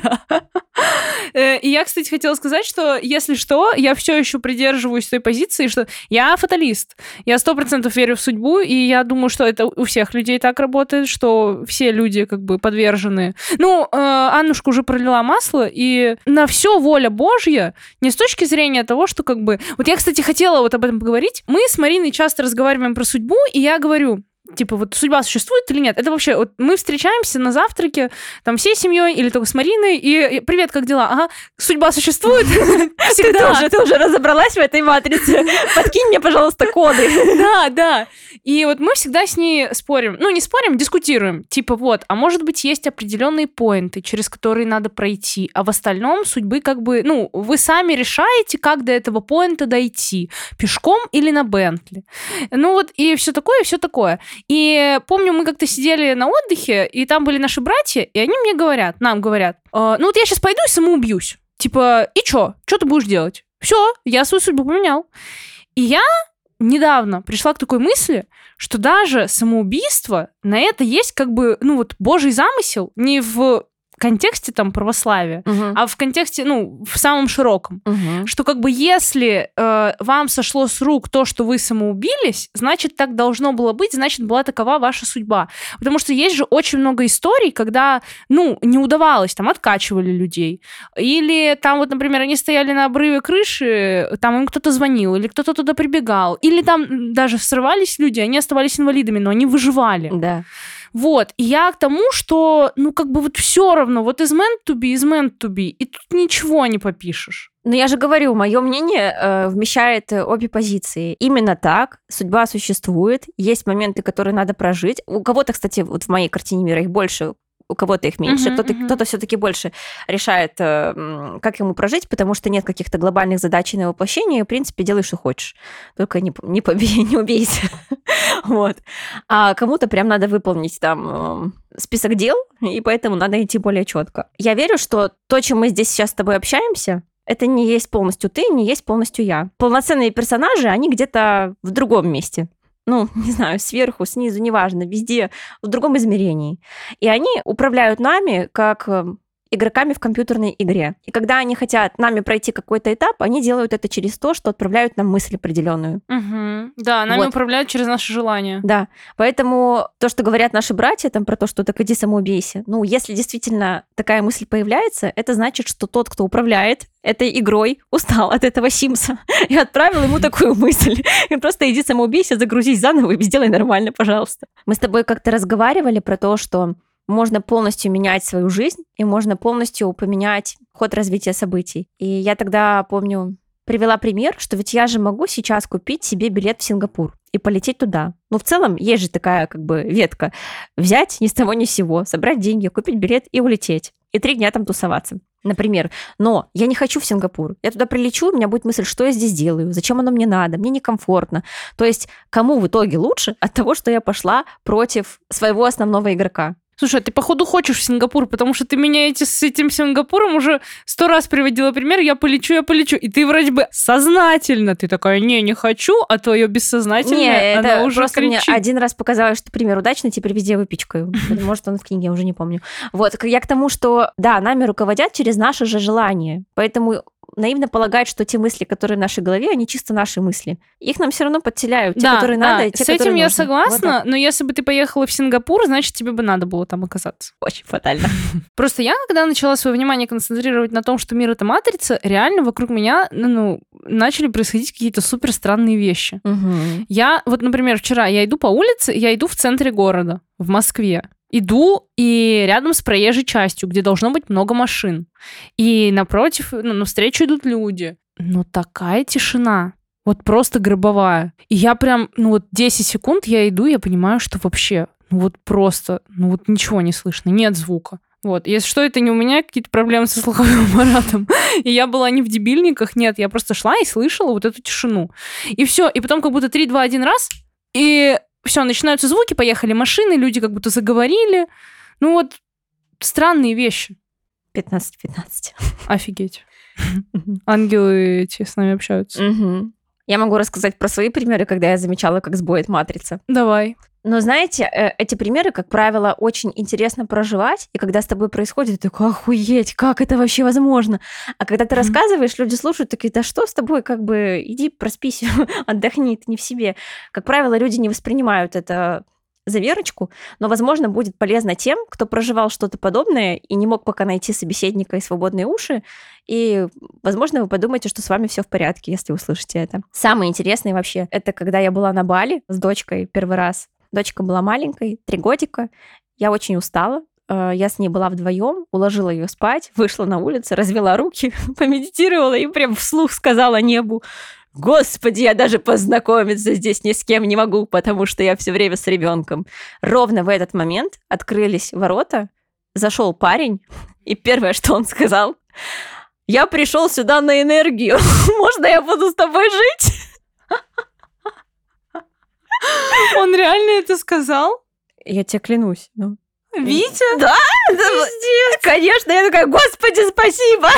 И я, кстати, хотела сказать, что, если что, я все еще придерживаюсь той позиции, что я фаталист. Я сто процентов верю в судьбу, и я думаю, что это у всех людей так работает, что все люди как бы подвержены. Ну, Аннушка уже пролила масло, и на все воля Божья, не с точки зрения того, что как бы... Вот я, кстати, хотела вот об этом поговорить. Мы с Мариной часто разговариваем про судьбу, и я говорю... Типа, вот судьба существует или нет? Это вообще, вот мы встречаемся на завтраке, там, всей семьей или только с Мариной, и привет, как дела? Ага, судьба существует? Всегда. Ты уже разобралась в этой матрице? Подкинь мне, пожалуйста, коды. Да, да. И вот мы всегда с ней спорим. Ну, не спорим, дискутируем. Типа, вот, а может быть, есть определенные поинты, через которые надо пройти, а в остальном судьбы как бы, ну, вы сами решаете, как до этого поинта дойти. Пешком или на Бентли. Ну, вот, и все такое, и все такое. И помню, мы как-то сидели на отдыхе, и там были наши братья, и они мне говорят, нам говорят, э, ну вот я сейчас пойду и самоубьюсь. Типа, и чё? Чё ты будешь делать? Все, я свою судьбу поменял. И я недавно пришла к такой мысли, что даже самоубийство, на это есть как бы, ну вот, Божий замысел не в контексте там православия, угу. а в контексте, ну, в самом широком. Угу. Что как бы если э, вам сошло с рук то, что вы самоубились, значит, так должно было быть, значит, была такова ваша судьба. Потому что есть же очень много историй, когда, ну, не удавалось, там, откачивали людей. Или там вот, например, они стояли на обрыве крыши, там им кто-то звонил, или кто-то туда прибегал. Или там даже срывались люди, они оставались инвалидами, но они выживали. Да. Вот, и я к тому, что, ну, как бы вот все равно, вот is meant to be, is meant to be, и тут ничего не попишешь. Но я же говорю, мое мнение э, вмещает э, обе позиции. Именно так, судьба существует, есть моменты, которые надо прожить. У кого-то, кстати, вот в моей картине мира их больше, у кого-то их меньше, uh-huh, кто-то, uh-huh. кто-то все-таки больше решает, э, как ему прожить, потому что нет каких-то глобальных задач на воплощение, и, в принципе, делай, что хочешь. Только не, не побей, не убейся. Вот. А кому-то прям надо выполнить там э, список дел, и поэтому надо идти более четко. Я верю, что то, чем мы здесь сейчас с тобой общаемся, это не есть полностью ты, не есть полностью я. Полноценные персонажи, они где-то в другом месте. Ну, не знаю, сверху, снизу, неважно, везде, в другом измерении. И они управляют нами как игроками в компьютерной игре. И когда они хотят нами пройти какой-то этап, они делают это через то, что отправляют нам мысль определенную. Угу. Да, нами вот. Управляют через наши желания. Да, поэтому то, что говорят наши братья там про то, что так иди самоубейся, ну, если действительно такая мысль появляется, это значит, что тот, кто управляет этой игрой, устал от этого Симса и отправил ему такую мысль. И просто иди самоубейся, загрузись заново и сделай нормально, пожалуйста. Мы с тобой как-то разговаривали про то, что можно полностью менять свою жизнь, и можно полностью поменять ход развития событий. И я тогда, помню, привела пример, что ведь я же могу сейчас купить себе билет в Сингапур и полететь туда. Ну, в целом, есть же такая как бы ветка. Взять ни с того ни с сего, собрать деньги, купить билет и улететь. И три дня там тусоваться, например. Но я не хочу в Сингапур. Я туда прилечу, у меня будет мысль, что я здесь делаю, зачем оно мне надо, мне некомфортно. То есть кому в итоге лучше от того, что я пошла против своего основного игрока? Слушай, ты, походу, хочешь в Сингапур, потому что ты меня эти, с этим Сингапуром уже сто раз приводила пример, я полечу, я полечу. И ты вроде бы сознательно, ты такая, не, не хочу, а твое бессознательное, не, оно это уже просто кричит. Мне один раз показалось, что пример удачный, теперь везде выпичкаю. Может, он в книге, я уже не помню. Вот, я к тому, что, да, нами руководят через наши же желания. Поэтому наивно полагать, что те мысли, которые в нашей голове, они чисто наши мысли. Их нам все равно подселяют, те, да, которые да. надо, и те, с этим которые я нужно. согласна, Вот но если бы ты поехала в Сингапур, значит, тебе бы надо было там оказаться. Очень фатально. Просто я, когда начала свое внимание концентрировать на том, что мир — это матрица, реально вокруг меня, ну, начали происходить какие-то супер странные вещи. Угу. Я, вот, например, вчера я иду по улице, я иду в центре города, в Москве. Иду и рядом с проезжей частью, где должно быть много машин. И напротив, ну, навстречу идут люди. Но такая тишина. Вот просто гробовая. И я прям, ну вот десять секунд я иду, я понимаю, что вообще, ну вот просто, ну вот ничего не слышно, нет звука. Вот, если что, это не у меня какие-то проблемы со слуховым аппаратом. И я была не в дебильниках, нет, я просто шла и слышала вот эту тишину. И все, и потом как будто три, два, один раз, и все, начинаются звуки, поехали машины, люди как будто заговорили. Ну вот, странные вещи. пятнадцать пятнадцать. Офигеть. Ангелы эти с нами общаются. Угу. Я могу рассказать про свои примеры, когда я замечала, как сбоит матрица. Давай. Но знаете, эти примеры, как правило, очень интересно проживать, и когда с тобой происходит, ты такой, охуеть, как это вообще возможно? А когда ты mm-hmm. рассказываешь, люди слушают, такие, да что с тобой, как бы, иди проспись, отдохни, ты не в себе. Как правило, люди не воспринимают это за верочку, но, возможно, будет полезно тем, кто проживал что-то подобное и не мог пока найти собеседника и свободные уши, и, возможно, вы подумаете, что с вами все в порядке, если услышите это. Самое интересное вообще, это когда я была на Бали с дочкой первый раз. Дочка была маленькой, три годика. Я очень устала. Я с ней была вдвоем, уложила ее спать, вышла на улицу, развела руки, помедитировала и прям вслух сказала небу: «Господи, я даже познакомиться здесь ни с кем не могу, потому что я все время с ребенком». Ровно в этот момент открылись ворота, зашел парень, и первое, что он сказал: «Я пришел сюда на энергию. Можно я буду с тобой жить?» Он реально это сказал? Я тебе клянусь. Ну. Витя? Да, пиздец. Конечно, я такая: «Господи, спасибо!»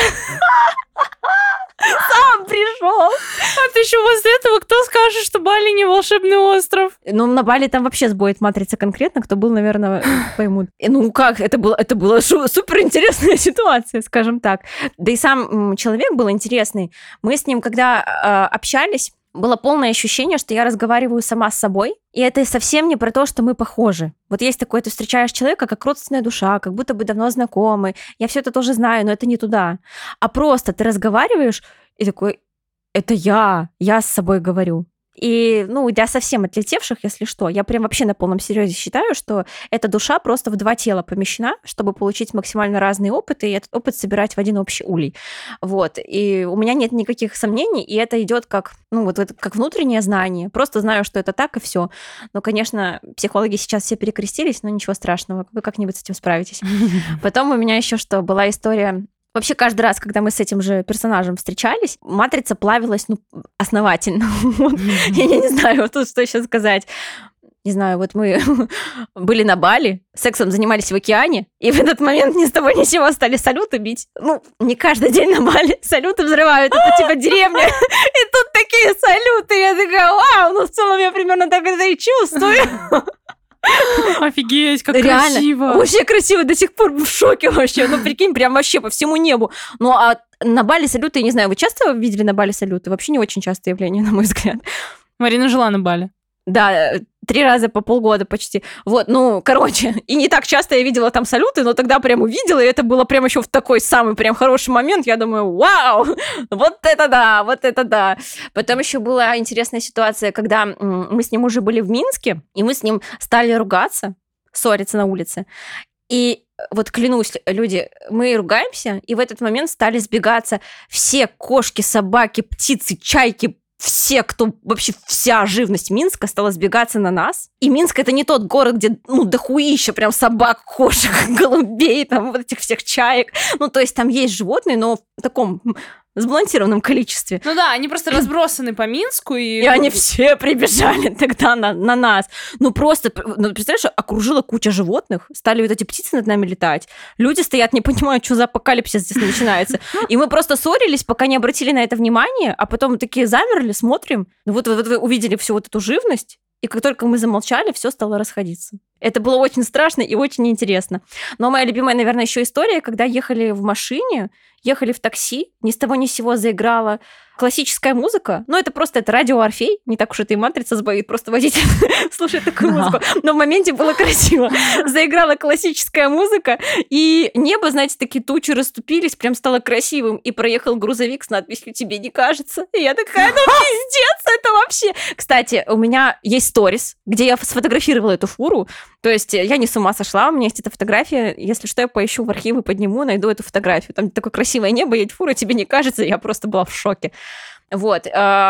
Сам пришел. А ты еще после этого кто скажет, что Бали не волшебный остров? Ну, на Бали там вообще сбоит матрица конкретно. Кто был, наверное, поймут. Ну, как? Это было, это была супер интересная ситуация, скажем так. Да и сам человек был интересный. Мы с ним, когда э, общались, было полное ощущение, что я разговариваю сама с собой, и это совсем не про то, что мы похожи. Вот есть такое, ты встречаешь человека как родственная душа, как будто бы давно знакомы, я все это тоже знаю, но это не туда. А просто ты разговариваешь, и такой: это я, я с собой говорю. И, ну, для совсем отлетевших, если что, я прям вообще на полном серьезе считаю, что эта душа просто в два тела помещена, чтобы получить максимально разные опыты, и этот опыт собирать в один общий улей. Вот. И у меня нет никаких сомнений, и это идет как, ну, вот это, как внутреннее знание. Просто знаю, что это так, и все. Но, конечно, психологи сейчас все перекрестились, но ничего страшного, вы как-нибудь с этим справитесь. Потом у меня еще что, была история... Вообще, каждый раз, когда мы с этим же персонажем встречались, матрица плавилась, ну, основательно. Я не знаю, вот тут что еще сказать. Не знаю, вот мы были на Бали, сексом занимались в океане, и в этот момент ни с того ни с сего стали салюты бить. Ну, не каждый день на Бали салюты взрывают, это типа деревня. И тут такие салюты, я такая, вау, ну в целом я примерно так это и чувствую. Офигеть, как Реально, красиво. Очень красиво, до сих пор в шоке вообще. Ну, прикинь, прям вообще по всему небу. Ну, а на Бали салюты, я не знаю, вы часто видели на Бали салюты? Вообще не очень частое явление, на мой взгляд. Марина жила на Бали. Да, три раза по полгода почти. Вот, ну, короче, и не так часто я видела там салюты, но тогда прям увидела, и это было прям еще в такой самый прям хороший момент. Я думаю, вау, вот это да, вот это да. Потом еще была интересная ситуация, когда мы с ним уже были в Минске, и мы с ним стали ругаться, ссориться на улице. И вот клянусь, люди, мы ругаемся, и в этот момент стали сбегаться все кошки, собаки, птицы, чайки, все, кто вообще вся живность Минска стала сбегаться на нас. И Минск — это не тот город, где, ну, дохуища прям собак, кошек, голубей, там вот этих всех чаек. Ну, то есть там есть животные, но в таком сбалансированном количестве. Ну да, они просто разбросаны по Минску. И, и они все прибежали тогда на, на нас. Ну просто, ну, представляешь, окружила куча животных, стали вот эти птицы над нами летать. Люди стоят, не понимают, что за апокалипсис здесь начинается. И мы просто ссорились, пока не обратили на это внимание, а потом такие замерли, смотрим. Вот, вот, вот вы увидели всю вот эту живность, и как только мы замолчали, все стало расходиться. Это было очень страшно и очень интересно. Но моя любимая, наверное, еще история, когда ехали в машине, ехали в такси, ни с того ни с сего заиграла классическая музыка. Ну, это просто это радио Орфей, не так уж это и матрица сбоит, просто водитель слушает такую музыку. Но в моменте было красиво. Заиграла классическая музыка, и небо, знаете, такие тучи расступились, прям стало красивым, и проехал грузовик с надписью «Тебе не кажется». И я такая, ну пиздец, это вообще... Кстати, у меня есть сторис, где я сфотографировала эту фуру. То есть я не с ума сошла, у меня есть эта фотография. Если что, я поищу в архивы, подниму, найду эту фотографию. Там такое красивое небо, едет фура, тебе не кажется? Я просто была в шоке. Вот.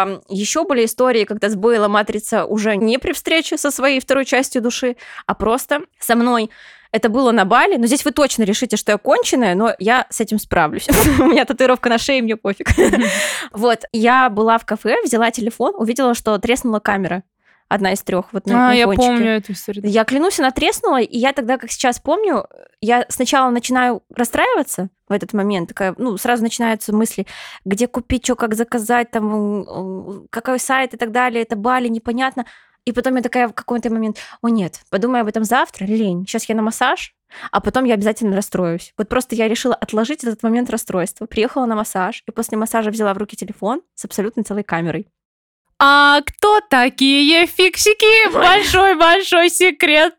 Еще были истории, когда сбоила матрица уже не при встрече со своей второй частью души, а просто со мной. Это было на Бали, но здесь вы точно решите, что я конченая, но я с этим справлюсь. У меня татуировка на шее, мне пофиг. Вот. Я была в кафе, взяла телефон, увидела, что треснула камера. Одна из трех. Вот на а, я фончике. помню эту историю. Я клянусь, она треснула, и я тогда, как сейчас помню, я сначала начинаю расстраиваться в этот момент, такая, ну, сразу начинаются мысли, где купить, что, как заказать, там, какой сайт и так далее, это Бали, непонятно. И потом я такая в какой-то момент, о нет, подумай об этом завтра, лень, сейчас я на массаж, а потом я обязательно расстроюсь. Вот просто я решила отложить этот момент расстройства. Приехала на массаж, и после массажа взяла в руки телефон с абсолютно целой камерой. А кто такие фиксики? Большой-большой секрет.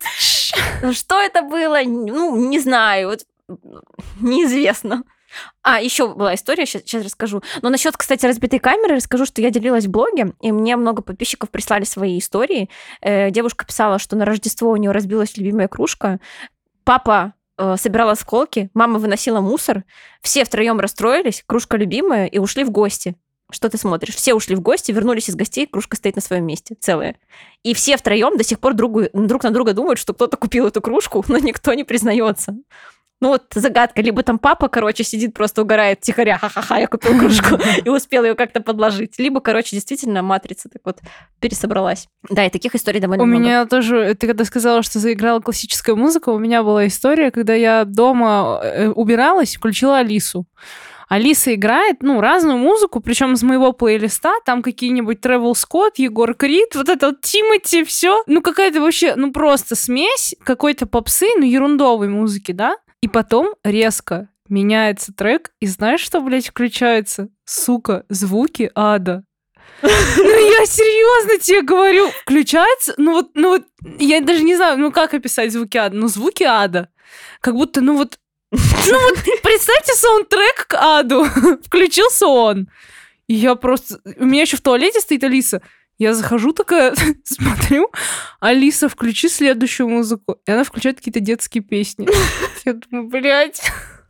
Что это было? Ну, не знаю. Вот, неизвестно. А, еще была история, сейчас, сейчас расскажу. Но насчет, кстати, разбитой камеры расскажу, что я делилась в блоге, и мне много подписчиков прислали свои истории. Э, девушка писала, что на Рождество у нее разбилась любимая кружка. Папа э, собирал осколки, мама выносила мусор. Все втроем расстроились, кружка любимая, и ушли в гости. Что ты смотришь? Все ушли в гости, вернулись из гостей, кружка стоит на своем месте, целая. И все втроем до сих пор другу, друг на друга думают, что кто-то купил эту кружку, но никто не признается. Ну вот загадка. Либо там папа, короче, сидит, просто угорает тихоря, ха-ха-ха, я купил кружку и успел ее как-то подложить. Либо, короче, действительно матрица так вот пересобралась. Да, и таких историй довольно много. У много. меня тоже, ты когда сказала, что заиграла классическая музыка, у меня была история, когда я дома убиралась, включила Алису. Алиса играет, ну, разную музыку, причем из моего плейлиста, там какие-нибудь Travis Scott, Егор Крид, вот это вот Тимати, все. Ну, какая-то вообще, ну, просто смесь какой-то попсы, ну, ерундовой музыки, да? И потом резко меняется трек, и знаешь, что, блядь, включается? Сука, звуки ада. Ну, я серьезно тебе говорю, включается, ну вот, ну вот, я даже не знаю, ну, как описать звуки ада, ну, звуки ада. Как будто, ну, вот, ну вот представьте саундтрек к аду. Включился он. И я просто... У меня еще в туалете стоит Алиса. Я захожу такая, смотрю, Алиса, включи следующую музыку. И она включает какие-то детские песни. Я думаю, блядь.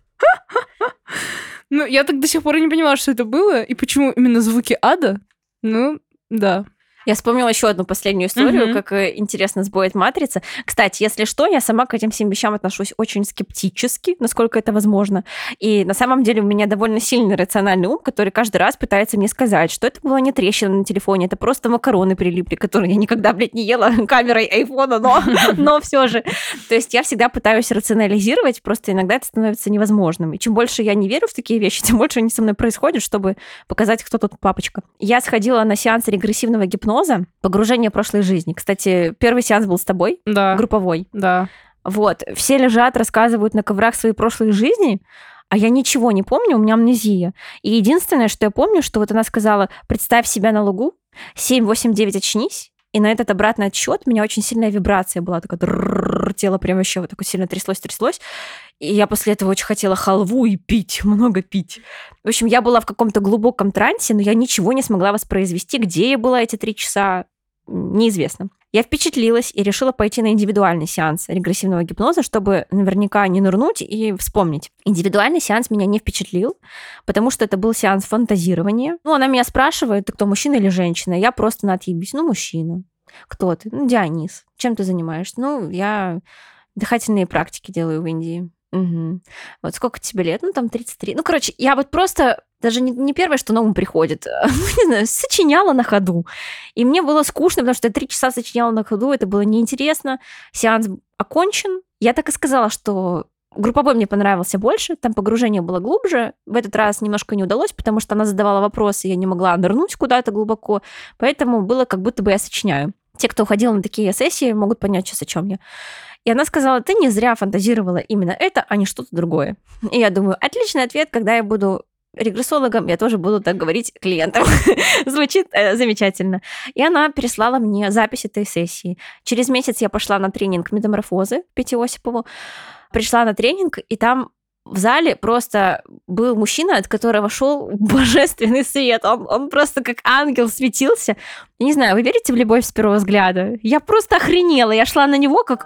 Ну, я так до сих пор и не поняла, что это было, и почему именно звуки ада. Ну, да. Я вспомнила еще одну последнюю историю, Мгм. как э, интересно сбоит матрица. Кстати, если что, я сама к этим всем вещам отношусь очень скептически, насколько это возможно. И на самом деле у меня довольно сильный рациональный ум, который каждый раз пытается мне сказать, что это была не трещина на телефоне, это просто макароны прилипли, которые я никогда, блядь, не ела камерой айфона, но, но все же. То есть я всегда пытаюсь рационализировать, просто иногда это становится невозможным. И чем больше я не верю в такие вещи, тем больше они со мной происходят, чтобы показать, кто тут папочка. Я сходила на сеанс регрессивного гипноза, погружение прошлой жизни. Кстати, первый сеанс был с тобой, Да, групповой. да. Вот, все лежат, рассказывают на коврах своей прошлой жизни, а я ничего не помню, у меня амнезия. И единственное, что я помню, что вот она сказала, представь себя на лугу, семь, восемь, девять, очнись, и на этот обратный отсчет у меня очень сильная вибрация была, такая дрррррр, тело прям вообще вот такое сильно тряслось-тряслось. И я после этого очень хотела халву и пить, много пить. В общем, я была в каком-то глубоком трансе, но я ничего не смогла воспроизвести. Где я была эти три часа, неизвестно. Я впечатлилась и решила пойти на индивидуальный сеанс регрессивного гипноза, чтобы наверняка не нырнуть и вспомнить. Индивидуальный сеанс меня не впечатлил, потому что это был сеанс фантазирования. Ну, она меня спрашивает, ты кто, мужчина или женщина? Я просто на отъебись. Ну, мужчина. Кто ты? Ну, Дионис. Чем ты занимаешься? Ну, я дыхательные практики делаю в Индии. Угу. Вот сколько тебе лет? Ну, там тридцать три. Ну, короче, я вот просто даже не, не первое, что на ум приходит, не знаю, сочиняла на ходу. И мне было скучно, потому что я три часа сочиняла на ходу, это было неинтересно. Сеанс окончен. Я так и сказала, что групповой мне понравился больше, там погружение было глубже. В этот раз немножко не удалось, потому что она задавала вопросы, я не могла нырнуть куда-то глубоко, поэтому было как будто бы я сочиняю. Те, кто ходил на такие сессии, могут понять сейчас, о чем я. И она сказала, ты не зря фантазировала именно это, а не что-то другое. И я думаю, отличный ответ, когда я буду регрессологом, я тоже буду так говорить клиентам. Звучит э, замечательно. И она переслала мне запись этой сессии. Через месяц я пошла на тренинг метаморфозы в Пете Осипову. Пришла на тренинг, и там в зале просто был мужчина, от которого шел божественный свет. Он, он просто как ангел светился. Я не знаю, вы верите в любовь с первого взгляда? Я просто охренела. Я шла на него как...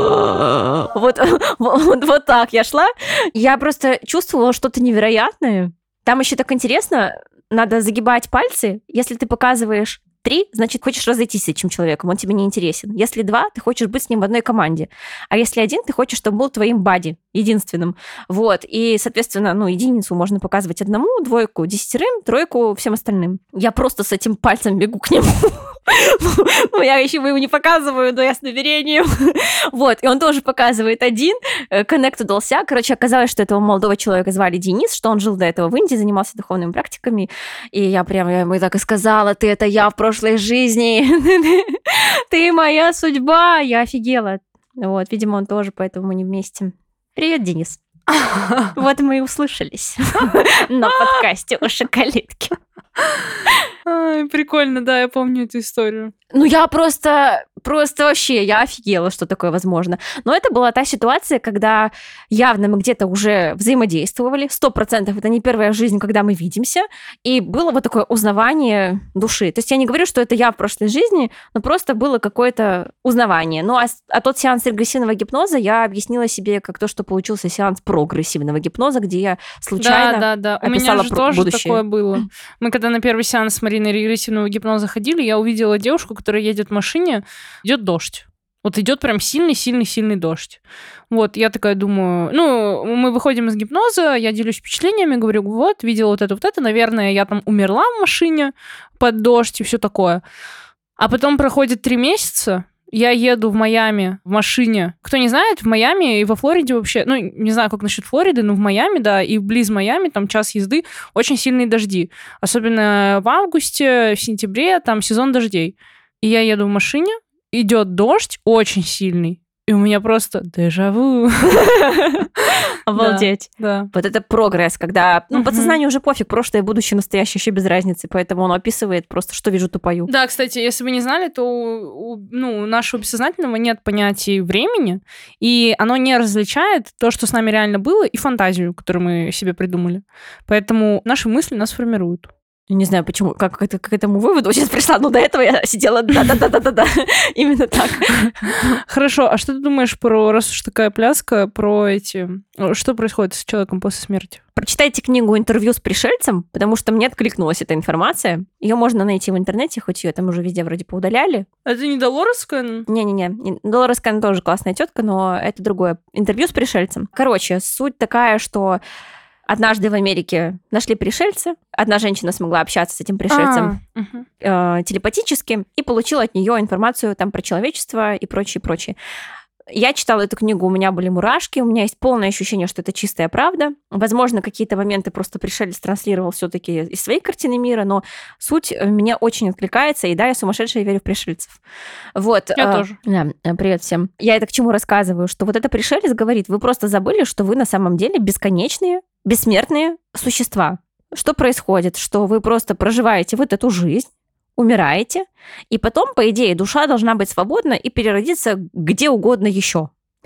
вот, вот, вот так я шла. Я просто чувствовала что-то невероятное. Там еще так интересно, надо загибать пальцы. Если ты показываешь три, значит, хочешь разойтись с этим человеком, он тебе не интересен. Если два, ты хочешь быть с ним в одной команде. А если один, ты хочешь, чтобы был твоим бади, единственным. Вот. И, соответственно, ну, единицу можно показывать одному, двойку десятерым, тройку всем остальным. Я просто с этим пальцем бегу к нему. Ну, я еще его не показываю, но я с намерением. Вот. И он тоже показывает один. Коннект удался. Короче, оказалось, что этого молодого человека звали Денис, что он жил до этого в Индии, занимался духовными практиками. И я прям я ему так и сказала, ты это я в прошлой жизни. Ты моя судьба. Я офигела. Вот. Видимо, он тоже, поэтому мы не вместе. Привет, Денис. Вот мы и услышались на подкасте о шоколадке. Ай, прикольно, да, я помню эту историю. Ну, я просто, просто вообще, я офигела, что такое возможно. Но это была та ситуация, когда явно мы где-то уже взаимодействовали, сто процентов это не первая жизнь, когда мы видимся, и было вот такое узнавание души. То есть я не говорю, что это я в прошлой жизни, но просто было какое-то узнавание. Ну, а, а тот сеанс регрессивного гипноза я объяснила себе как то, что получился сеанс прогрессивного гипноза, где я случайно Да, да, да. У описала меня же тоже будущее. такое было. Мы когда на первый сеанс с Мариной регрессивного гипноза ходили, я увидела девушку, которая едет в машине, идет дождь. Вот идет прям сильный-сильный-сильный дождь. Вот, я такая думаю, ну, мы выходим из гипноза, я делюсь впечатлениями, говорю, вот, видела вот это, вот это, наверное, я там умерла в машине под дождь и все такое. А потом проходит три месяца, я еду в Майами в машине. Кто не знает, в Майами и во Флориде вообще, ну, не знаю, как насчет Флориды, но в Майами, да, и близ Майами, там час езды, очень сильные дожди. Особенно в августе, в сентябре, там сезон дождей. И я еду в машине, идет дождь очень сильный, и у меня просто дежавю. Обалдеть. Да. Вот это прогресс, когда ну, Мгм. подсознанию уже пофиг, прошлое, будущее, настоящее, еще без разницы, поэтому он описывает просто, что вижу, то пою. Да, кстати, если вы не знали, то у, у, ну, у нашего бессознательного нет понятия времени, и оно не различает то, что с нами реально было, и фантазию, которую мы себе придумали. Поэтому наши мысли нас формируют. Не знаю, почему, как это к этому выводу сейчас пришла, но до этого я сидела да-да-да-да-да, именно так. Хорошо, а что ты думаешь про, раз уж такая пляска, про эти... Что происходит с человеком после смерти? Прочитайте книгу «Интервью с пришельцем», потому что мне откликнулась эта информация. Ее можно найти в интернете, хоть ее там уже везде вроде поудаляли. Это не Долорес Кэн? Не-не-не, Долорес Кэн тоже классная тетка, но это другое. «Интервью с пришельцем». Короче, суть такая, что однажды в Америке нашли пришельца. Одна женщина смогла общаться с этим пришельцем а, угу. э, телепатически и получила от нее информацию там про человечество и прочее, прочее. Я читала эту книгу, у меня были мурашки, у меня есть полное ощущение, что это чистая правда. Возможно, какие-то моменты просто пришелец транслировал все-таки из своей картины мира, но суть меня очень откликается, и да, я сумасшедшая, я верю в пришельцев. Вот. Я а, тоже. Да, привет всем. Я это к чему рассказываю, что вот это пришелец говорит, вы просто забыли, что вы на самом деле бесконечные, бессмертные существа. Что происходит? Что вы просто проживаете вот эту жизнь, умираете, и потом, по идее, душа должна быть свободна и переродиться где угодно еще.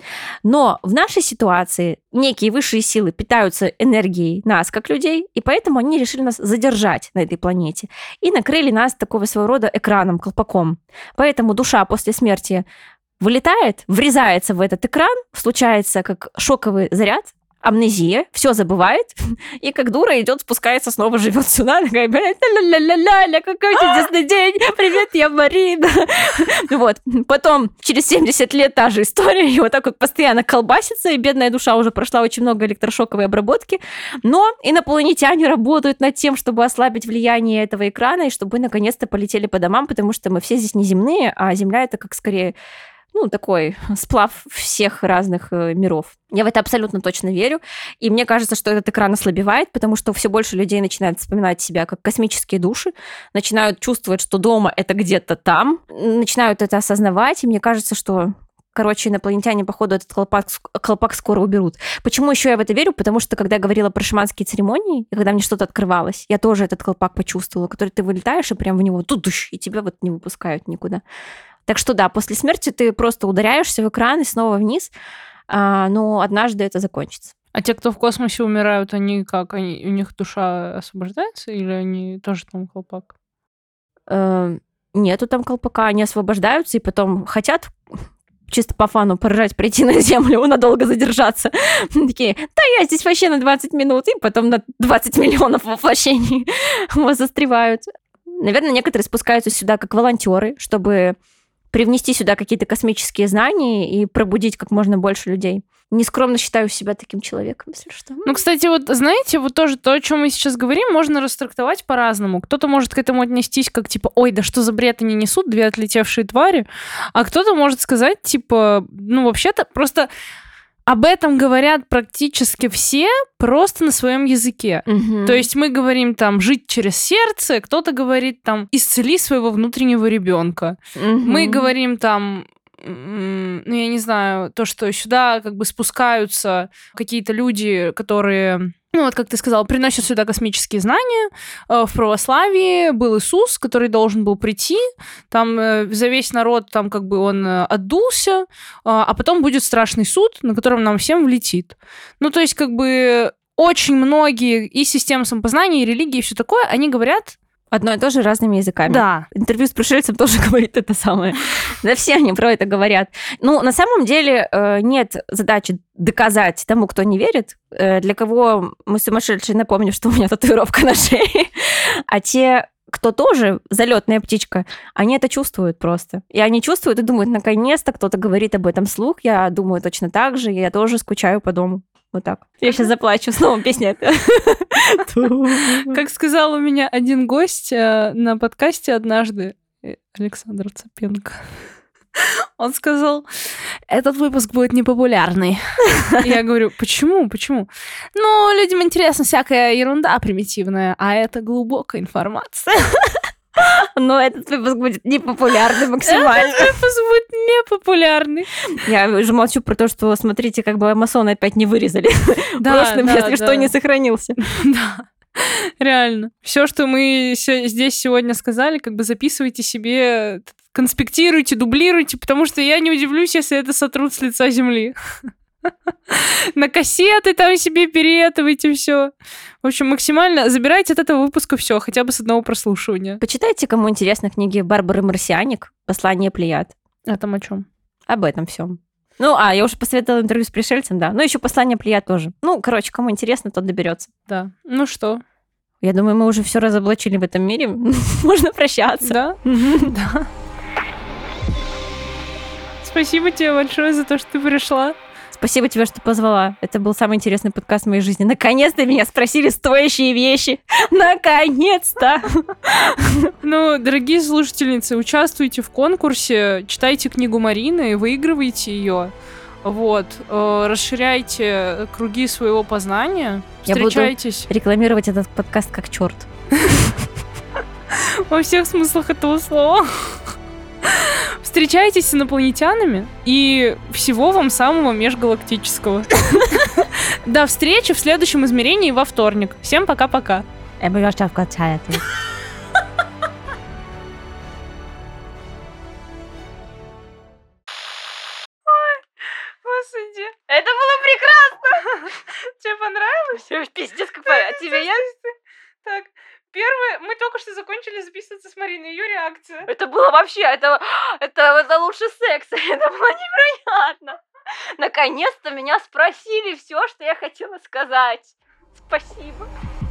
Но в нашей ситуации некие высшие силы питаются энергией нас, как людей, и поэтому они решили нас задержать на этой планете и накрыли нас такого своего рода экраном, колпаком. Поэтому душа после смерти вылетает, врезается в этот экран, случается как шоковый заряд, амнезия, все забывает, и как дура идет, спускается, снова живет сюда, такая, блядь, ля-ля-ля-ля, какой чудесный день, привет, я Марина. Вот, потом, через семьдесят лет та же история, и вот так вот постоянно колбасится, и бедная душа уже прошла очень много электрошоковой обработки, но инопланетяне работают над тем, чтобы ослабить влияние этого экрана, и чтобы наконец-то полетели по домам, потому что мы все здесь не земные, а Земля это как скорее... ну, такой сплав всех разных э, миров. Я в это абсолютно точно верю. И мне кажется, что этот экран ослабевает, потому что все больше людей начинают вспоминать себя как космические души, начинают чувствовать, что дома это где-то там, начинают это осознавать. И мне кажется, что, короче, инопланетяне, походу, этот колпак, колпак скоро уберут. Почему еще я в это верю? Потому что, когда я говорила про шаманские церемонии, и когда мне что-то открывалось, я тоже этот колпак почувствовала, который ты вылетаешь, и прям в него тудуш, и тебя вот не выпускают никуда. Так что да, после смерти ты просто ударяешься в экран и снова вниз, а, но однажды это закончится. А те, кто в космосе умирают, они как? Они, у них душа освобождается или они тоже там колпак? Э, нету там колпака, они освобождаются и потом хотят чисто по фану поржать, прийти на Землю, надолго задержаться. Такие, да я здесь вообще на двадцать минут, и потом на двадцать миллионов воплощений застревают. Наверное, некоторые спускаются сюда как волонтеры, чтобы привнести сюда какие-то космические знания и пробудить как можно больше людей. Нескромно считаю себя таким человеком, если что. Ну, кстати, вот знаете, вот тоже то, о чем мы сейчас говорим, можно растрактовать по-разному. Кто-то может к этому отнестись как, типа, ой, да что за бред они несут, две отлетевшие твари, а кто-то может сказать, типа, ну, вообще-то просто... Об этом говорят практически все просто на своем языке. Угу. То есть мы говорим там жить через сердце, кто-то говорит там исцели своего внутреннего ребенка. Угу. Мы говорим там, ну я не знаю, то, что сюда как бы спускаются какие-то люди, которые... Ну, вот, как ты сказал, приносят сюда космические знания. В православии был Иисус, который должен был прийти. Там за весь народ, там как бы он отдулся, а потом будет страшный суд, на котором нам всем влетит. Ну, то есть, как бы, очень многие и системы самопознания, и религии, и все такое, они говорят... Одно и то же разными языками. Да. Интервью с пришельцем тоже говорит это самое. Да все они про это говорят. Ну, на самом деле нет задачи доказать тому, кто не верит, для кого мы сумасшедшие, напомню, что у меня татуировка на шее, а те, кто тоже залетная птичка, они это чувствуют просто. И они чувствуют и думают, наконец-то кто-то говорит об этом вслух, я думаю точно так же, и я тоже скучаю по дому. Вот так. Я сейчас заплачу, снова песня эта. Как сказал у меня один гость на подкасте однажды, Александр Цапенко, он сказал, этот выпуск будет непопулярный. Я говорю, почему, почему? Ну, людям интересна всякая ерунда примитивная, а это глубокая информация. Но этот выпуск будет непопулярный максимально. Этот выпуск будет непопулярный. Я уже молчу про то, что, смотрите, как бы масоны опять не вырезали. Да, прошлым, да, если да. что, не сохранился. Да, реально. Все, что мы здесь сегодня сказали, как бы записывайте себе, конспектируйте, дублируйте, потому что я не удивлюсь, если это сотрут с лица земли. на кассеты там себе перетывайте все. В общем, максимально забирайте от этого выпуска все, хотя бы с одного прослушивания. Почитайте, кому интересно, книги Барбары Марсианик «Послание Плеяд». А там о чем? Об этом всем. Ну, а, я уже посоветовала интервью с пришельцем, да. Ну, еще «Послание Плеяд» тоже. Ну, короче, кому интересно, тот доберется. Да. Ну что? Я думаю, мы уже все разоблачили в этом мире. Можно прощаться. Да? Да. Спасибо тебе большое за то, что ты пришла. Спасибо тебе, что позвала. Это был самый интересный подкаст в моей жизни. Наконец-то меня спросили стоящие вещи. Наконец-то! Ну, дорогие слушательницы, участвуйте в конкурсе, читайте книгу Марины, выигрывайте ее. Вот. Расширяйте круги своего познания. Встречайтесь. Я буду рекламировать этот подкаст как черт. Во всех смыслах этого слова. Встречайтесь с инопланетянами и всего вам самого межгалактического. До встречи в следующем измерении во вторник. Всем пока-пока. Ой, господи, это было прекрасно. Тебе понравилось? Пиздец какой, а тебе я? Так, первое, мы только что закончили записываться с Мариной, ее реакция. Это было вообще, это, это, это лучше секса, это было невероятно. Наконец-то меня спросили все, что я хотела сказать. Спасибо.